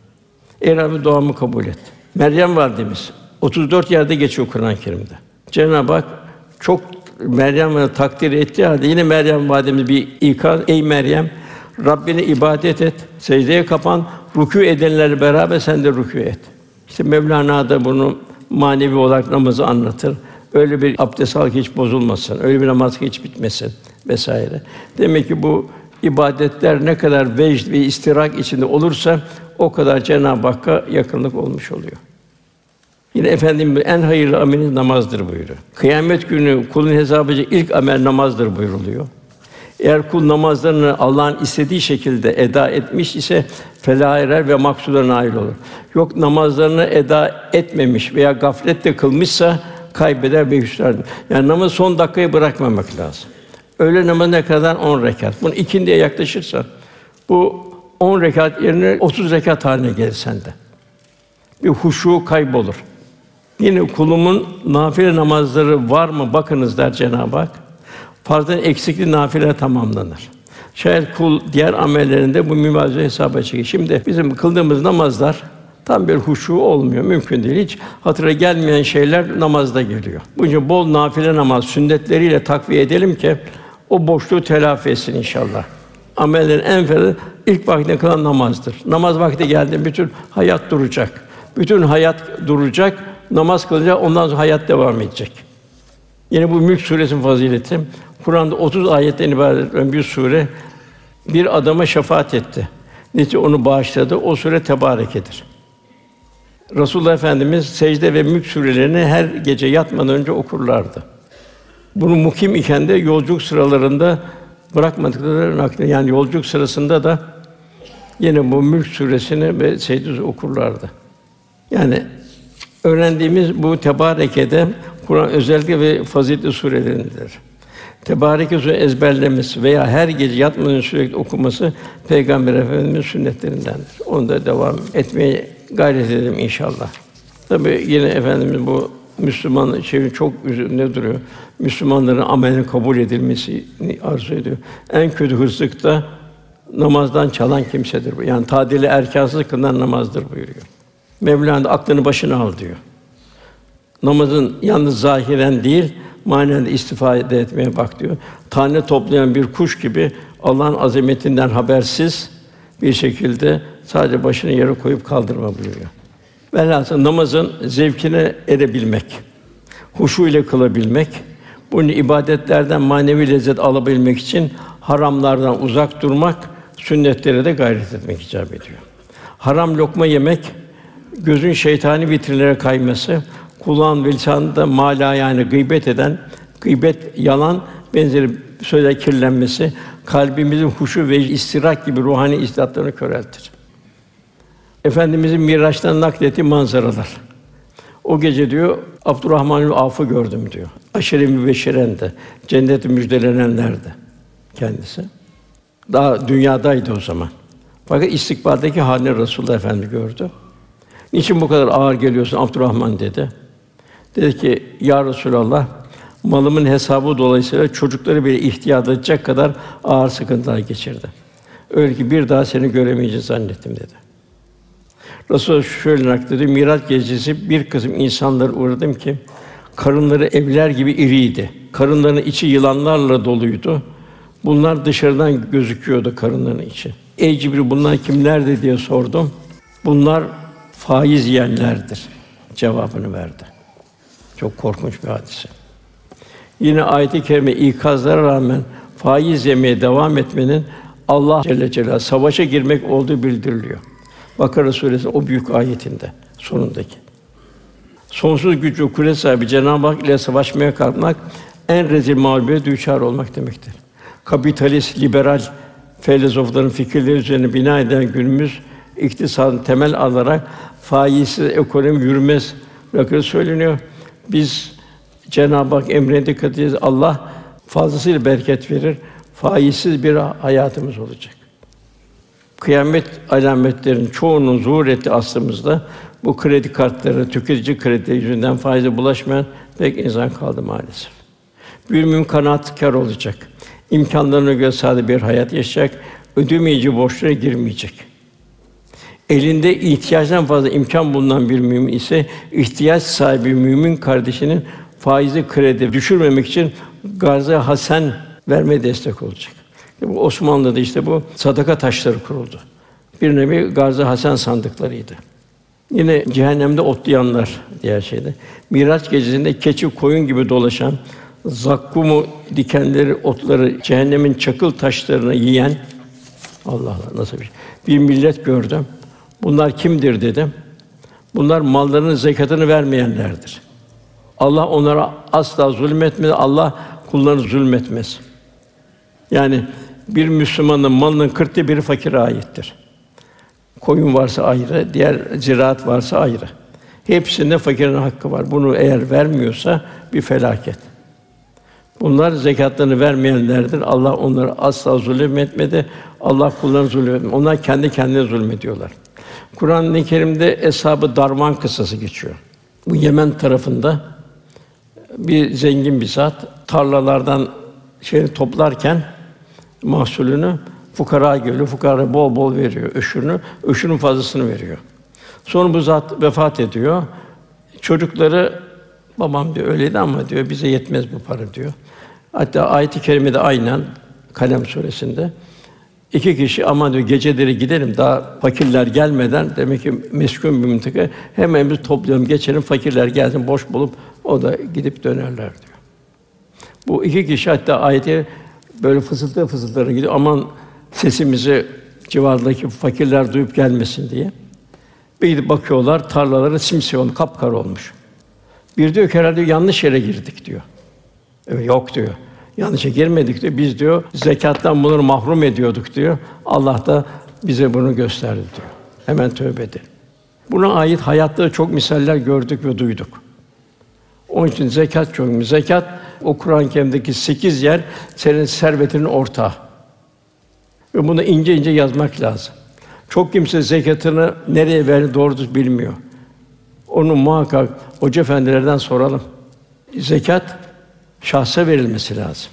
Ey Rabbim duamı kabul et. Meryem validemiz 34 yerde geçiyor Kur'an-ı Kerim'de. Cenab-ı Hak çok Meryem'i takdir ettiği halde yine Meryem validemiz bir ikaz, ey Meryem Rabbine ibadet et, secdeye kapan, rükû edenlerle beraber sen de rükû et. İşte Mevlana da bunu manevi olarak namazı anlatır. Öyle bir abdest al ki hiç bozulmasın, öyle bir namaz ki hiç bitmesin vesaire. Demek ki bu ibadetler ne kadar vecd ve istirak içinde olursa o kadar Cenab-ı Hakk'a yakınlık olmuş oluyor. Yine Efendimiz en hayırlı ameliniz namazdır buyuruyor. Kıyamet günü kulun hesabıca ilk amel namazdır buyuruluyor. Eğer kul namazlarını Allah'ın istediği şekilde eda etmiş ise felâh erer ve maksuda nail olur. Yok namazlarını eda etmemiş veya gafletle kılmışsa kaybeder ve hüsran. Yani namazı son dakikaya bırakmamak lazım. Öğle namazı ne kadar? 10 rekat. Bunu ikindiye yaklaşırsa bu 10 rekat yerine 30 rekat haline gelir sende. Bir huşu kaybolur. Yine kulumun nafile namazları var mı bakınız der Cenab-ı Hak. Farzın eksikliği nafile tamamlanır. Şayet kul diğer amellerinde bu müvaze hesaba çekiyor. Şimdi bizim kıldığımız namazlar tam bir huşu olmuyor. Mümkün değil. Hiç hatıra gelmeyen şeyler namazda geliyor. Bunun için bol nafile namaz sünnetleriyle takviye edelim ki o boşluğu telafi etsin inşallah. Amellerin en fazla ilk vaktinde kılan namazdır. Namaz vakti geldi bütün hayat duracak. Bütün hayat duracak. Namaz kılınca ondan sonra hayat devam edecek. Yine bu Mülk Sûresinin fazileti. Kur'an'da 30 ayetten ibaret olan bir sure bir adama şefaat etti. Netice onu bağışladı. O sure Tebâreke'dir. Resulullah Efendimiz secde ve Mülk surelerini her gece yatmadan önce okurlardı. Bunu mukim iken de yolculuk sıralarında bırakmadıkları nakli. Yani yolculuk sırasında da yine bu Mülk suresini ve secde okurlardı. Yani öğrendiğimiz bu Tebâreke'de Kur'an özellikle ve faziletli surelerindedir. Tebâreke Sûre ezberlemesi veya her gece yatmadan sürekli okuması Peygamber Efendimiz'in sünnetlerindendir. Onu da devam etmeye gayret edelim inşallah. Tabii yine Efendimiz bu Müslüman çok üzerinde duruyor. Müslümanların amelinin kabul edilmesini arzu ediyor. En kötü hırsızlık da namazdan çalan kimsedir bu. Yani tadili erkânsız kılınan namazdır buyuruyor. Mevlana da aklını başına al diyor. Namazın yalnız zahiren değil, manen de istifade etmeye bak diyor. Tane toplayan bir kuş gibi Allah'ın azametinden habersiz bir şekilde sadece başını yere koyup kaldırma buyuruyor. Velhâsıl namazın zevkine erebilmek, huşu ile kılabilmek, bunu ibadetlerden manevi lezzet alabilmek için haramlardan uzak durmak, sünnetlere de gayret etmek icap ediyor. Haram lokma yemek, gözün şeytani vitrinlere kayması, kulağın ve lisanında mâlâ yani gıybet eden, gıybet, yalan benzeri sözler kirlenmesi, kalbimizin huşu ve istirak gibi ruhani istidatlarını köreltir. Efendimizin Miraç'tan naklettiği manzaralar. O gece diyor Abdurrahman bin Avf'ı gördüm diyor. Aşire-i mübeşşerende, cenneti müjdelenenlerdi kendisi. Daha dünyadaydı o zaman. Fakat istikbaldeki halini Resulullah Efendimiz gördü. Niçin bu kadar ağır geliyorsun Abdurrahman dedi. Dedi ki ya Resulallah malımın hesabı dolayısıyla çocukları bile ihtiyat edecek kadar ağır sıkıntılar geçirdi. Öyle ki bir daha seni göremeyeceğiz zannettim dedi. Resulullah şöyle naklediyor, Miraç gecesi bir kısım insanlara uğradım ki karınları evler gibi iriydi. Karınlarının içi yılanlarla doluydu. Bunlar dışarıdan gözüküyordu karınlarının içi. Ey Cibril bunlar kimlerdi diye sordum. Bunlar faiz yiyenlerdir cevabını verdi. Çok korkunç bir hadise. Yine ayet-i kerime ikazlara rağmen faiz yemeye devam etmenin Allah Celle Celaluhu savaşa girmek olduğu bildiriliyor. Bakara Suresi'nin o büyük ayetinde sonundaki. Sonsuz güç ve kudret sahibi Cenab-ı Hak ile savaşmaya kalkmak en rezil mağlubiyete düçar olmak demektir. Kapitalist, liberal filozofların fikirleri üzerine bina eden günümüz iktisadın temel alarak faizsiz ekonomi yürümez rakı söyleniyor. Biz Cenab-ı Hak emrine dikkat edeceğiz. Allah fazlasıyla bereket verir. Faizsiz bir hayatımız olacak. Kıyamet alametlerinin çoğunun zuhur ettiği asrımızda bu kredi kartları, tüketici kredi yüzünden faize bulaşmayan pek insan kaldı maalesef. Bir mümin kanaatkâr olacak. İmkânlarına göre sade bir hayat yaşayacak. Ödemeyeceği borçlara girmeyecek. Elinde ihtiyaçtan fazla imkân bulunan bir mümin ise ihtiyaç sahibi mümin kardeşinin faizi kredi düşürmemek için garz-ı hasen vermeye destek olacak. Bu Osmanlı'da işte bu sadaka taşları kuruldu. Bir nevi garz-ı hasen sandıklarıydı. Yine cehennemde otlayanlar diğer şeyde. Miraç gecesinde keçi koyun gibi dolaşan, zakkumu dikenleri, otları, cehennemin çakıl taşlarını yiyen Allah Allah nasıl bir şey. Bir millet gördüm. Bunlar kimdir dedim. Bunlar mallarının zekatını vermeyenlerdir. Allah onlara asla zulmetmez. Allah kullarına zulmetmez. Yani bir Müslümanın malının 1/40'ı fakire aittir. Koyun varsa ayrı, diğer ziraat varsa ayrı. Hepsinde fakirin hakkı var. Bunu eğer vermiyorsa bir felaket. Bunlar zekatlarını vermeyenlerdir. Allah onları asla zulmetmedi. Allah kullarına zulmetmedi. Onlar kendi kendine zulmediyorlar. Kur'an-ı Kerim'de Eshab-ı Darvan kıssası geçiyor. Bu Yemen tarafında bir zengin bir zat tarlalardan toplarken mahsulünü fukara geliyor. Fukara bol bol veriyor öşürün fazlasını veriyor. Sonra bu zat vefat ediyor. Çocukları babam diyor öyleydi ama diyor bize yetmez bu para diyor. Hatta ayet-i kerimede aynen Kalem suresinde 2 kişi aman diyor geceleri gidelim daha fakirler gelmeden demek ki meskûn bir mıntıka hemen biz toplayalım geçelim fakirler gelsin boş bulup o da gidip dönerler diyor. Bu 2 kişi hatta ayeti böyle fısıldayarak gidiyor aman sesimizi civardaki fakirler duyup gelmesin diye. Bir gidip bakıyorlar tarlaları simsiyah olmuş, kapkara olmuş. Bir diyor ki herhalde yanlış yere girdik diyor. Yok diyor. Yanlışa girmedik diyor. Biz diyor zekattan bunları mahrum ediyorduk diyor. Allah da bize bunu gösterdi diyor. Hemen tövbe edelim. Buna ait hayatta çok misaller gördük ve duyduk. Onun için zekat çok mühim. Zekat o Kur'an-ı Kerim'deki 8 yer senin servetinin ortağı. Ve bunu ince ince yazmak lazım. Çok kimse zekatını nereye verdiğini doğru düz bilmiyor. Onu muhakkak hoca efendilerden soralım. Zekat şahsa verilmesi lazım.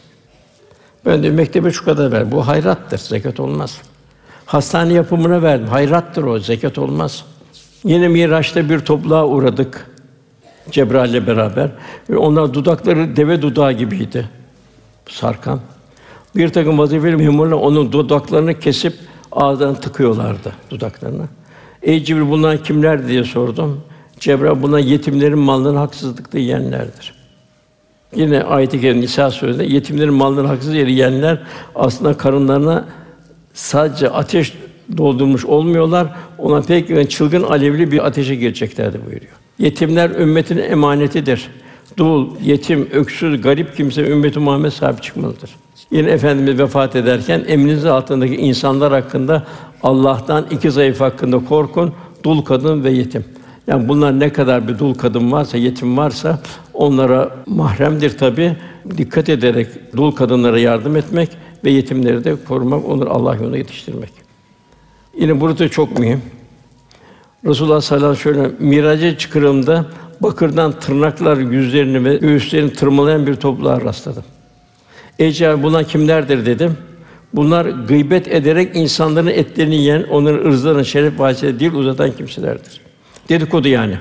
Ben de mektebe şu kadar ver. Bu hayrattır, zekat olmaz. Hastane yapımına verdim. Hayrattır o, zekat olmaz. Yine Miraç'ta bir topluluğa uğradık. Cebrail'le beraber ve onlar dudakları deve dudağı gibiydi. Sarkan. Bir takım vazifeli memurlar onun dudaklarını kesip ağzına tıkıyorlardı dudaklarını. Ey Cibril bunlar kimler diye sordum. Cebrail bunlar yetimlerin mallarını haksızlıkla yiyenlerdir. Yine ayet-i kerime Nisa suresinde yetimlerin mallarını haksız yere yiyenler aslında karınlarına sadece ateş doldurmuş olmuyorlar. Ona pek çılgın alevli bir ateşe gireceklerdir buyuruyor. Yetimler ümmetin emanetidir. Dul, yetim, öksüz, garip kimse ümmeti Muhammed sahip çıkmalıdır. Yine Efendimiz vefat ederken emriniz altındaki insanlar hakkında Allah'tan 2 zayıf hakkında korkun, dul kadın ve yetim. Yani bunlar ne kadar bir dul kadın varsa, yetim varsa onlara mahremdir tabii. Dikkat ederek dul kadınlara yardım etmek ve yetimleri de korumak, onları Allah yolunda yetiştirmek. Yine burada çok mühim. Resulullah sallallahu aleyhi ve sellem Miraç'a çıkarımda bakırdan tırnaklar yüzlerini ve göğüslerini tırmalayan bir topluluğa rastladım. Ey Cebrail bunlar kimlerdir dedim. Bunlar gıybet ederek insanların etlerini yiyen, onların ırzlarına şeref bahçede dil uzatan kimselerdir. Dedikodu yani.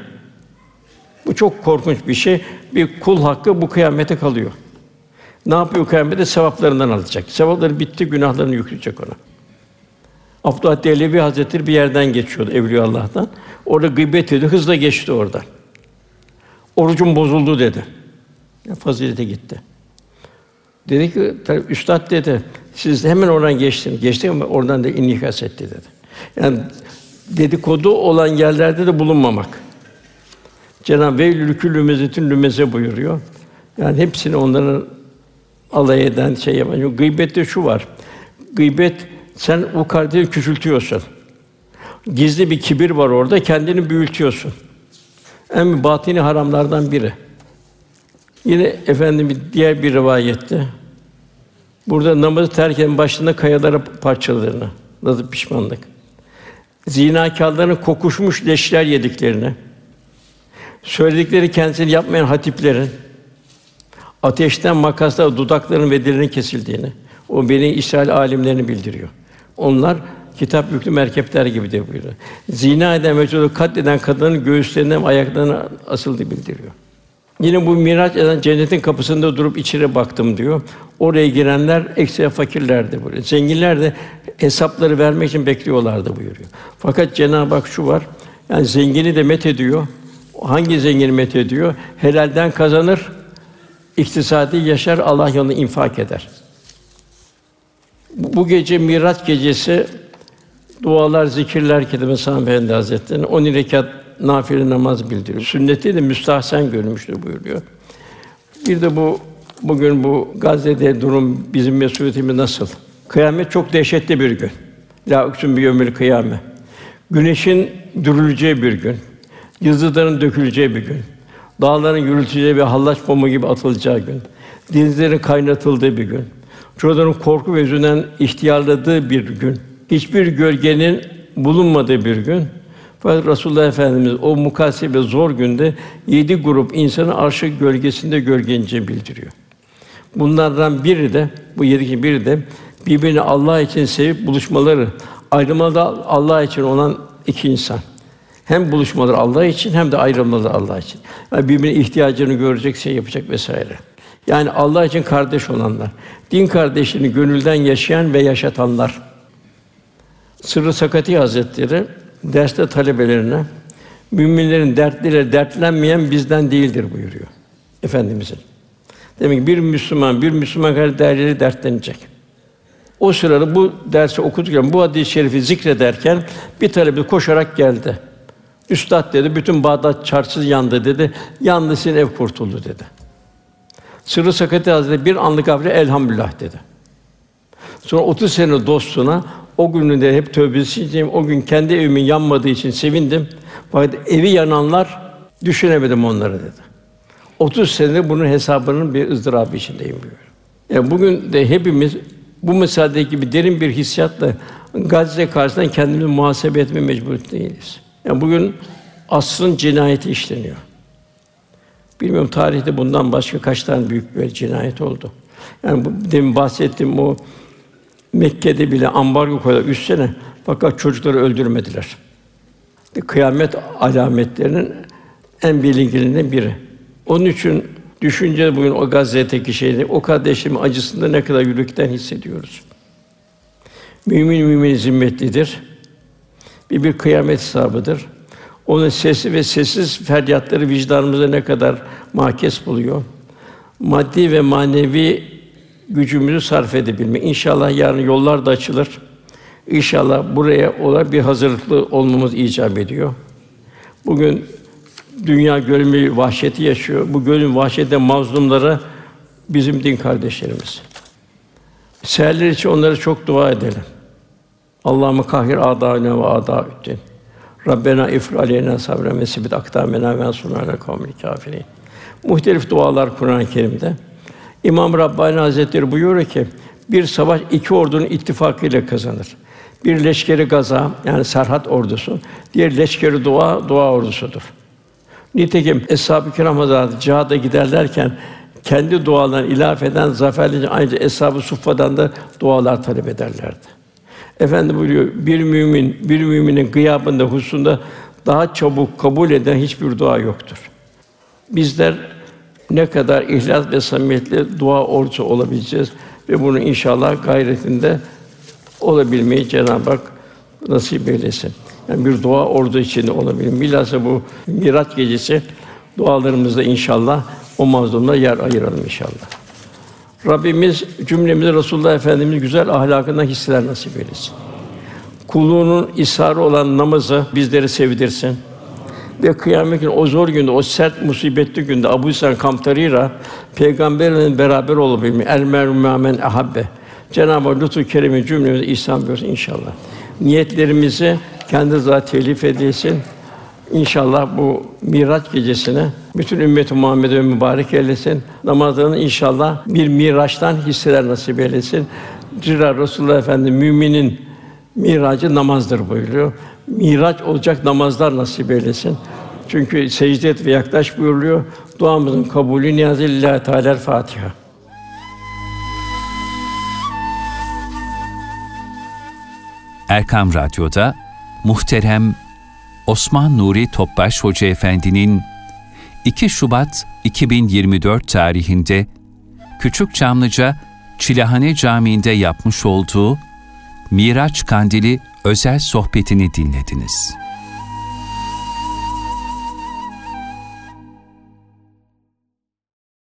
Bu çok korkunç bir şey. Bir kul hakkı bu kıyamete kalıyor. Ne yapıyor kıyamette? Sevaplarından alacak. Sevapları bitti, günahlarını yükleyecek ona. Abdülhamid Dehlevi Hazretleri bir yerden geçiyordu Evliyaullah'tan. Orada gıybet ediyordu, hızla geçti oradan. Orucum bozuldu dedi. Fazilete gitti. Dedi ki, üstad dedi, siz hemen oradan geçtiniz. Geçtik ama oradan da inikas etti dedi. Yani dedikodu olan yerlerde de bulunmamak. Cenab-ı Veylül küllü mezetin lümeze buyuruyor. Yani hepsini onların alay eden yapan. Çünkü gıybette şu var. Gıybet sen o kardeşi küçültüyorsun. Gizli bir kibir var orada, kendini büyütüyorsun. En batini haramlardan biri. Yine efendim diğer bir rivayette burada namazı terk eden başında kayalara parçalarını, nasıl pişmanlık. Zinâkârların kokuşmuş leşler yediklerini, söyledikleri kendisini yapmayan hatiplerin ateşten makasla dudaklarının ve dillerinin kesildiğini, o Beni İsrail âlimlerini bildiriyor. Onlar kitap yüklü merkepler gibi de buyuruyor. Zina eden ve çocuğu katleden kadının göğüslerinden ayaklarına asıldığı bildiriyor. Yine bu Miraç eden cennetin kapısında durup içeri baktım diyor. Oraya girenler ekseri fakirlerdi buyuruyor. Zenginler de hesapları vermek için bekliyorlardı buyuruyor. Fakat Cenab-ı Hak şu var. Yani zengini de met ediyor. Hangi zengini met ediyor? Helalden kazanır, iktisadi yaşar, Allah yolunda infak eder. Bu gece Miraç gecesi dualar, zikirler kitabı Sami Efendi Hazretleri'nin 10 rekat nafile namaz bildiriyor. Sünneti de müstahsen görülmüştür buyuruyor. Bir de bu bugün bu Gazze'de durum, bizim mesuliyetimiz nasıl? Kıyamet çok dehşetli bir gün. La uksum bi yevmil kıyame. Güneşin dürüleceği bir gün, yıldızların döküleceği bir gün, dağların yürütüleceği ve hallaç bomba gibi atılacağı gün, denizlerin kaynatıldığı bir gün, çocukların korku ve hüzünden ihtiyarladığı bir gün, hiçbir gölgenin bulunmadığı bir gün. Fakat Resulullah Efendimiz o mukayese ve zor günde 7 grup insanı arş-ı gölgesinde gölgeleneceğini bildiriyor. Bunlardan biri de, bu 7'den biri de birbirini Allah için sevip buluşmaları, ayrılmaları da Allah için olan iki insan. Hem buluşmaları Allah için hem de ayrılmaları Allah için. Yani birbirine ihtiyacını görecek, şey yapacak vesaire. Yani Allah için kardeş olanlar, din kardeşliğini gönülden yaşayan ve yaşatanlar. Sırrı Sakati Hazretleri derste talebelerine müminlerin dertleriyle dertlenmeyen bizden değildir buyuruyor Efendimizin. Demek ki bir Müslüman kardeş dertleriyle dertlenecek. O sırada bu dersi okudurken bu hadis-i şerifi zikrederken bir talebe koşarak geldi. Üstad dedi, bütün Bağdat çarşısı yandı dedi. Yandı, senin ev kurtuldu dedi. Sırrı Sakati Hazretleri bir anlık gafle elhamdülillah dedi. Sonra 30 sene dostuna o gününde hep tövbesi edeceğim. O gün kendi evimin yanmadığı için sevindim. Fakat evi yananlar düşünemedim onları dedi. 30 senedir bunun hesabının bir ızdırabı içindeyim diyor. Yani bugün de hepimiz bu mesaledeki gibi derin bir hissiyatla Gazze karşısında kendimizi muhasebe etme mecburiyetindeyiz. Yani bugün asrın cinayeti işleniyor. Bilmiyorum tarihte bundan başka kaç tane büyük bir cinayet oldu. Yani bu demin bahsettiğim o Mekke'de bile ambargo koydular 3 sene fakat çocukları öldürmediler. Kıyamet alametlerinin en belirgilerinden biri. Onun için düşünce bugün o Gazze'deki şeyde o kardeşimin acısını ne kadar yürekten hissediyoruz. Mümin zimmetlidir. Bir kıyamet hesabıdır. Onun sesli ve sessiz feryatları vicdanımıza ne kadar mahkes buluyor. Maddi ve manevi gücümüzü sarf edebilmek. İnşallah yarın yollar da açılır. İnşallah buraya olan bir hazırlıklı olmamız icap ediyor. Bugün dünya görünmeyi vahşeti yaşıyor. Bu görünüm vahşete mazlumlara bizim din kardeşlerimiz. Seherler için onlara çok dua edelim. Allahümme kahhir âdâina ve âdâ'ü'd-din. Rabbena ifr aleyna sabren ve sebit akdâmena ve ensurna alel kavmil kâfirîn. Muhtelif dualar Kur'an-ı Kerim'de. İmam Rabbani Hazretleri buyuruyor ki bir savaş iki ordunun ittifakıyla kazanır. Bir leşkeri gaza yani Serhat ordusu, diğer leşkeri dua ordusudur. Nitekim Eshab-ı Kiram Hazretleri cihada giderlerken kendi dualarını ilave eden zaferlerince ayrıca Eshab-ı Suffa'dan da dualar talep ederlerdi. Efendi buyuruyor, bir müminin gıyabında, husunda daha çabuk kabul eden hiçbir dua yoktur. Bizler ne kadar ihlas ve samimiyetle dua ordusu olabileceğiz ve bunu inşallah gayretinde olabilmeyi Cenab-ı Hak nasip eylesin. Yani bir dua ordu içinde olabilir. Bilhassa bu Miraç gecesi dualarımızda inşallah o mazlumlara yer ayıralım inşallah. Rabbimiz cümlemize Resulullah Efendimiz güzel ahlakından hisseler nasip eylesin. Kulluğunun isarı olan namazı bizleri sevdirsin. Ve kıyamet günü o zor günde, o sert musibetli günde Abu İshak Kamtarî'yle Peygamberle beraber olabilmeyi el mer'u men ahabbe. Cenab-ı Hak lütfu keremi cümlemize ihsan buyursun inşallah. Niyetlerimizi kendi zat telif eylesin. İnşallah bu Miraç gecesine bütün ümmet-i Muhammed'e mübarek eylesin. Namazlarını inşallah bir miraçtan hisseler nasip eylesin. Zira Resulullah Efendimiz müminin miracı namazdır buyuruyor. Miraç olacak namazlar nasip eylesin. Çünkü secde et ve yaklaş buyuruluyor. Duamızın kabulü niyazı lillahi teâlâ Fatiha. Erkam Radyo'da muhterem Osman Nuri Topbaş Hoca Efendi'nin 2 Şubat 2024 tarihinde Küçükçamlıca Çilehane Camii'nde yapmış olduğu Miraç Kandili özel sohbetini dinlediniz.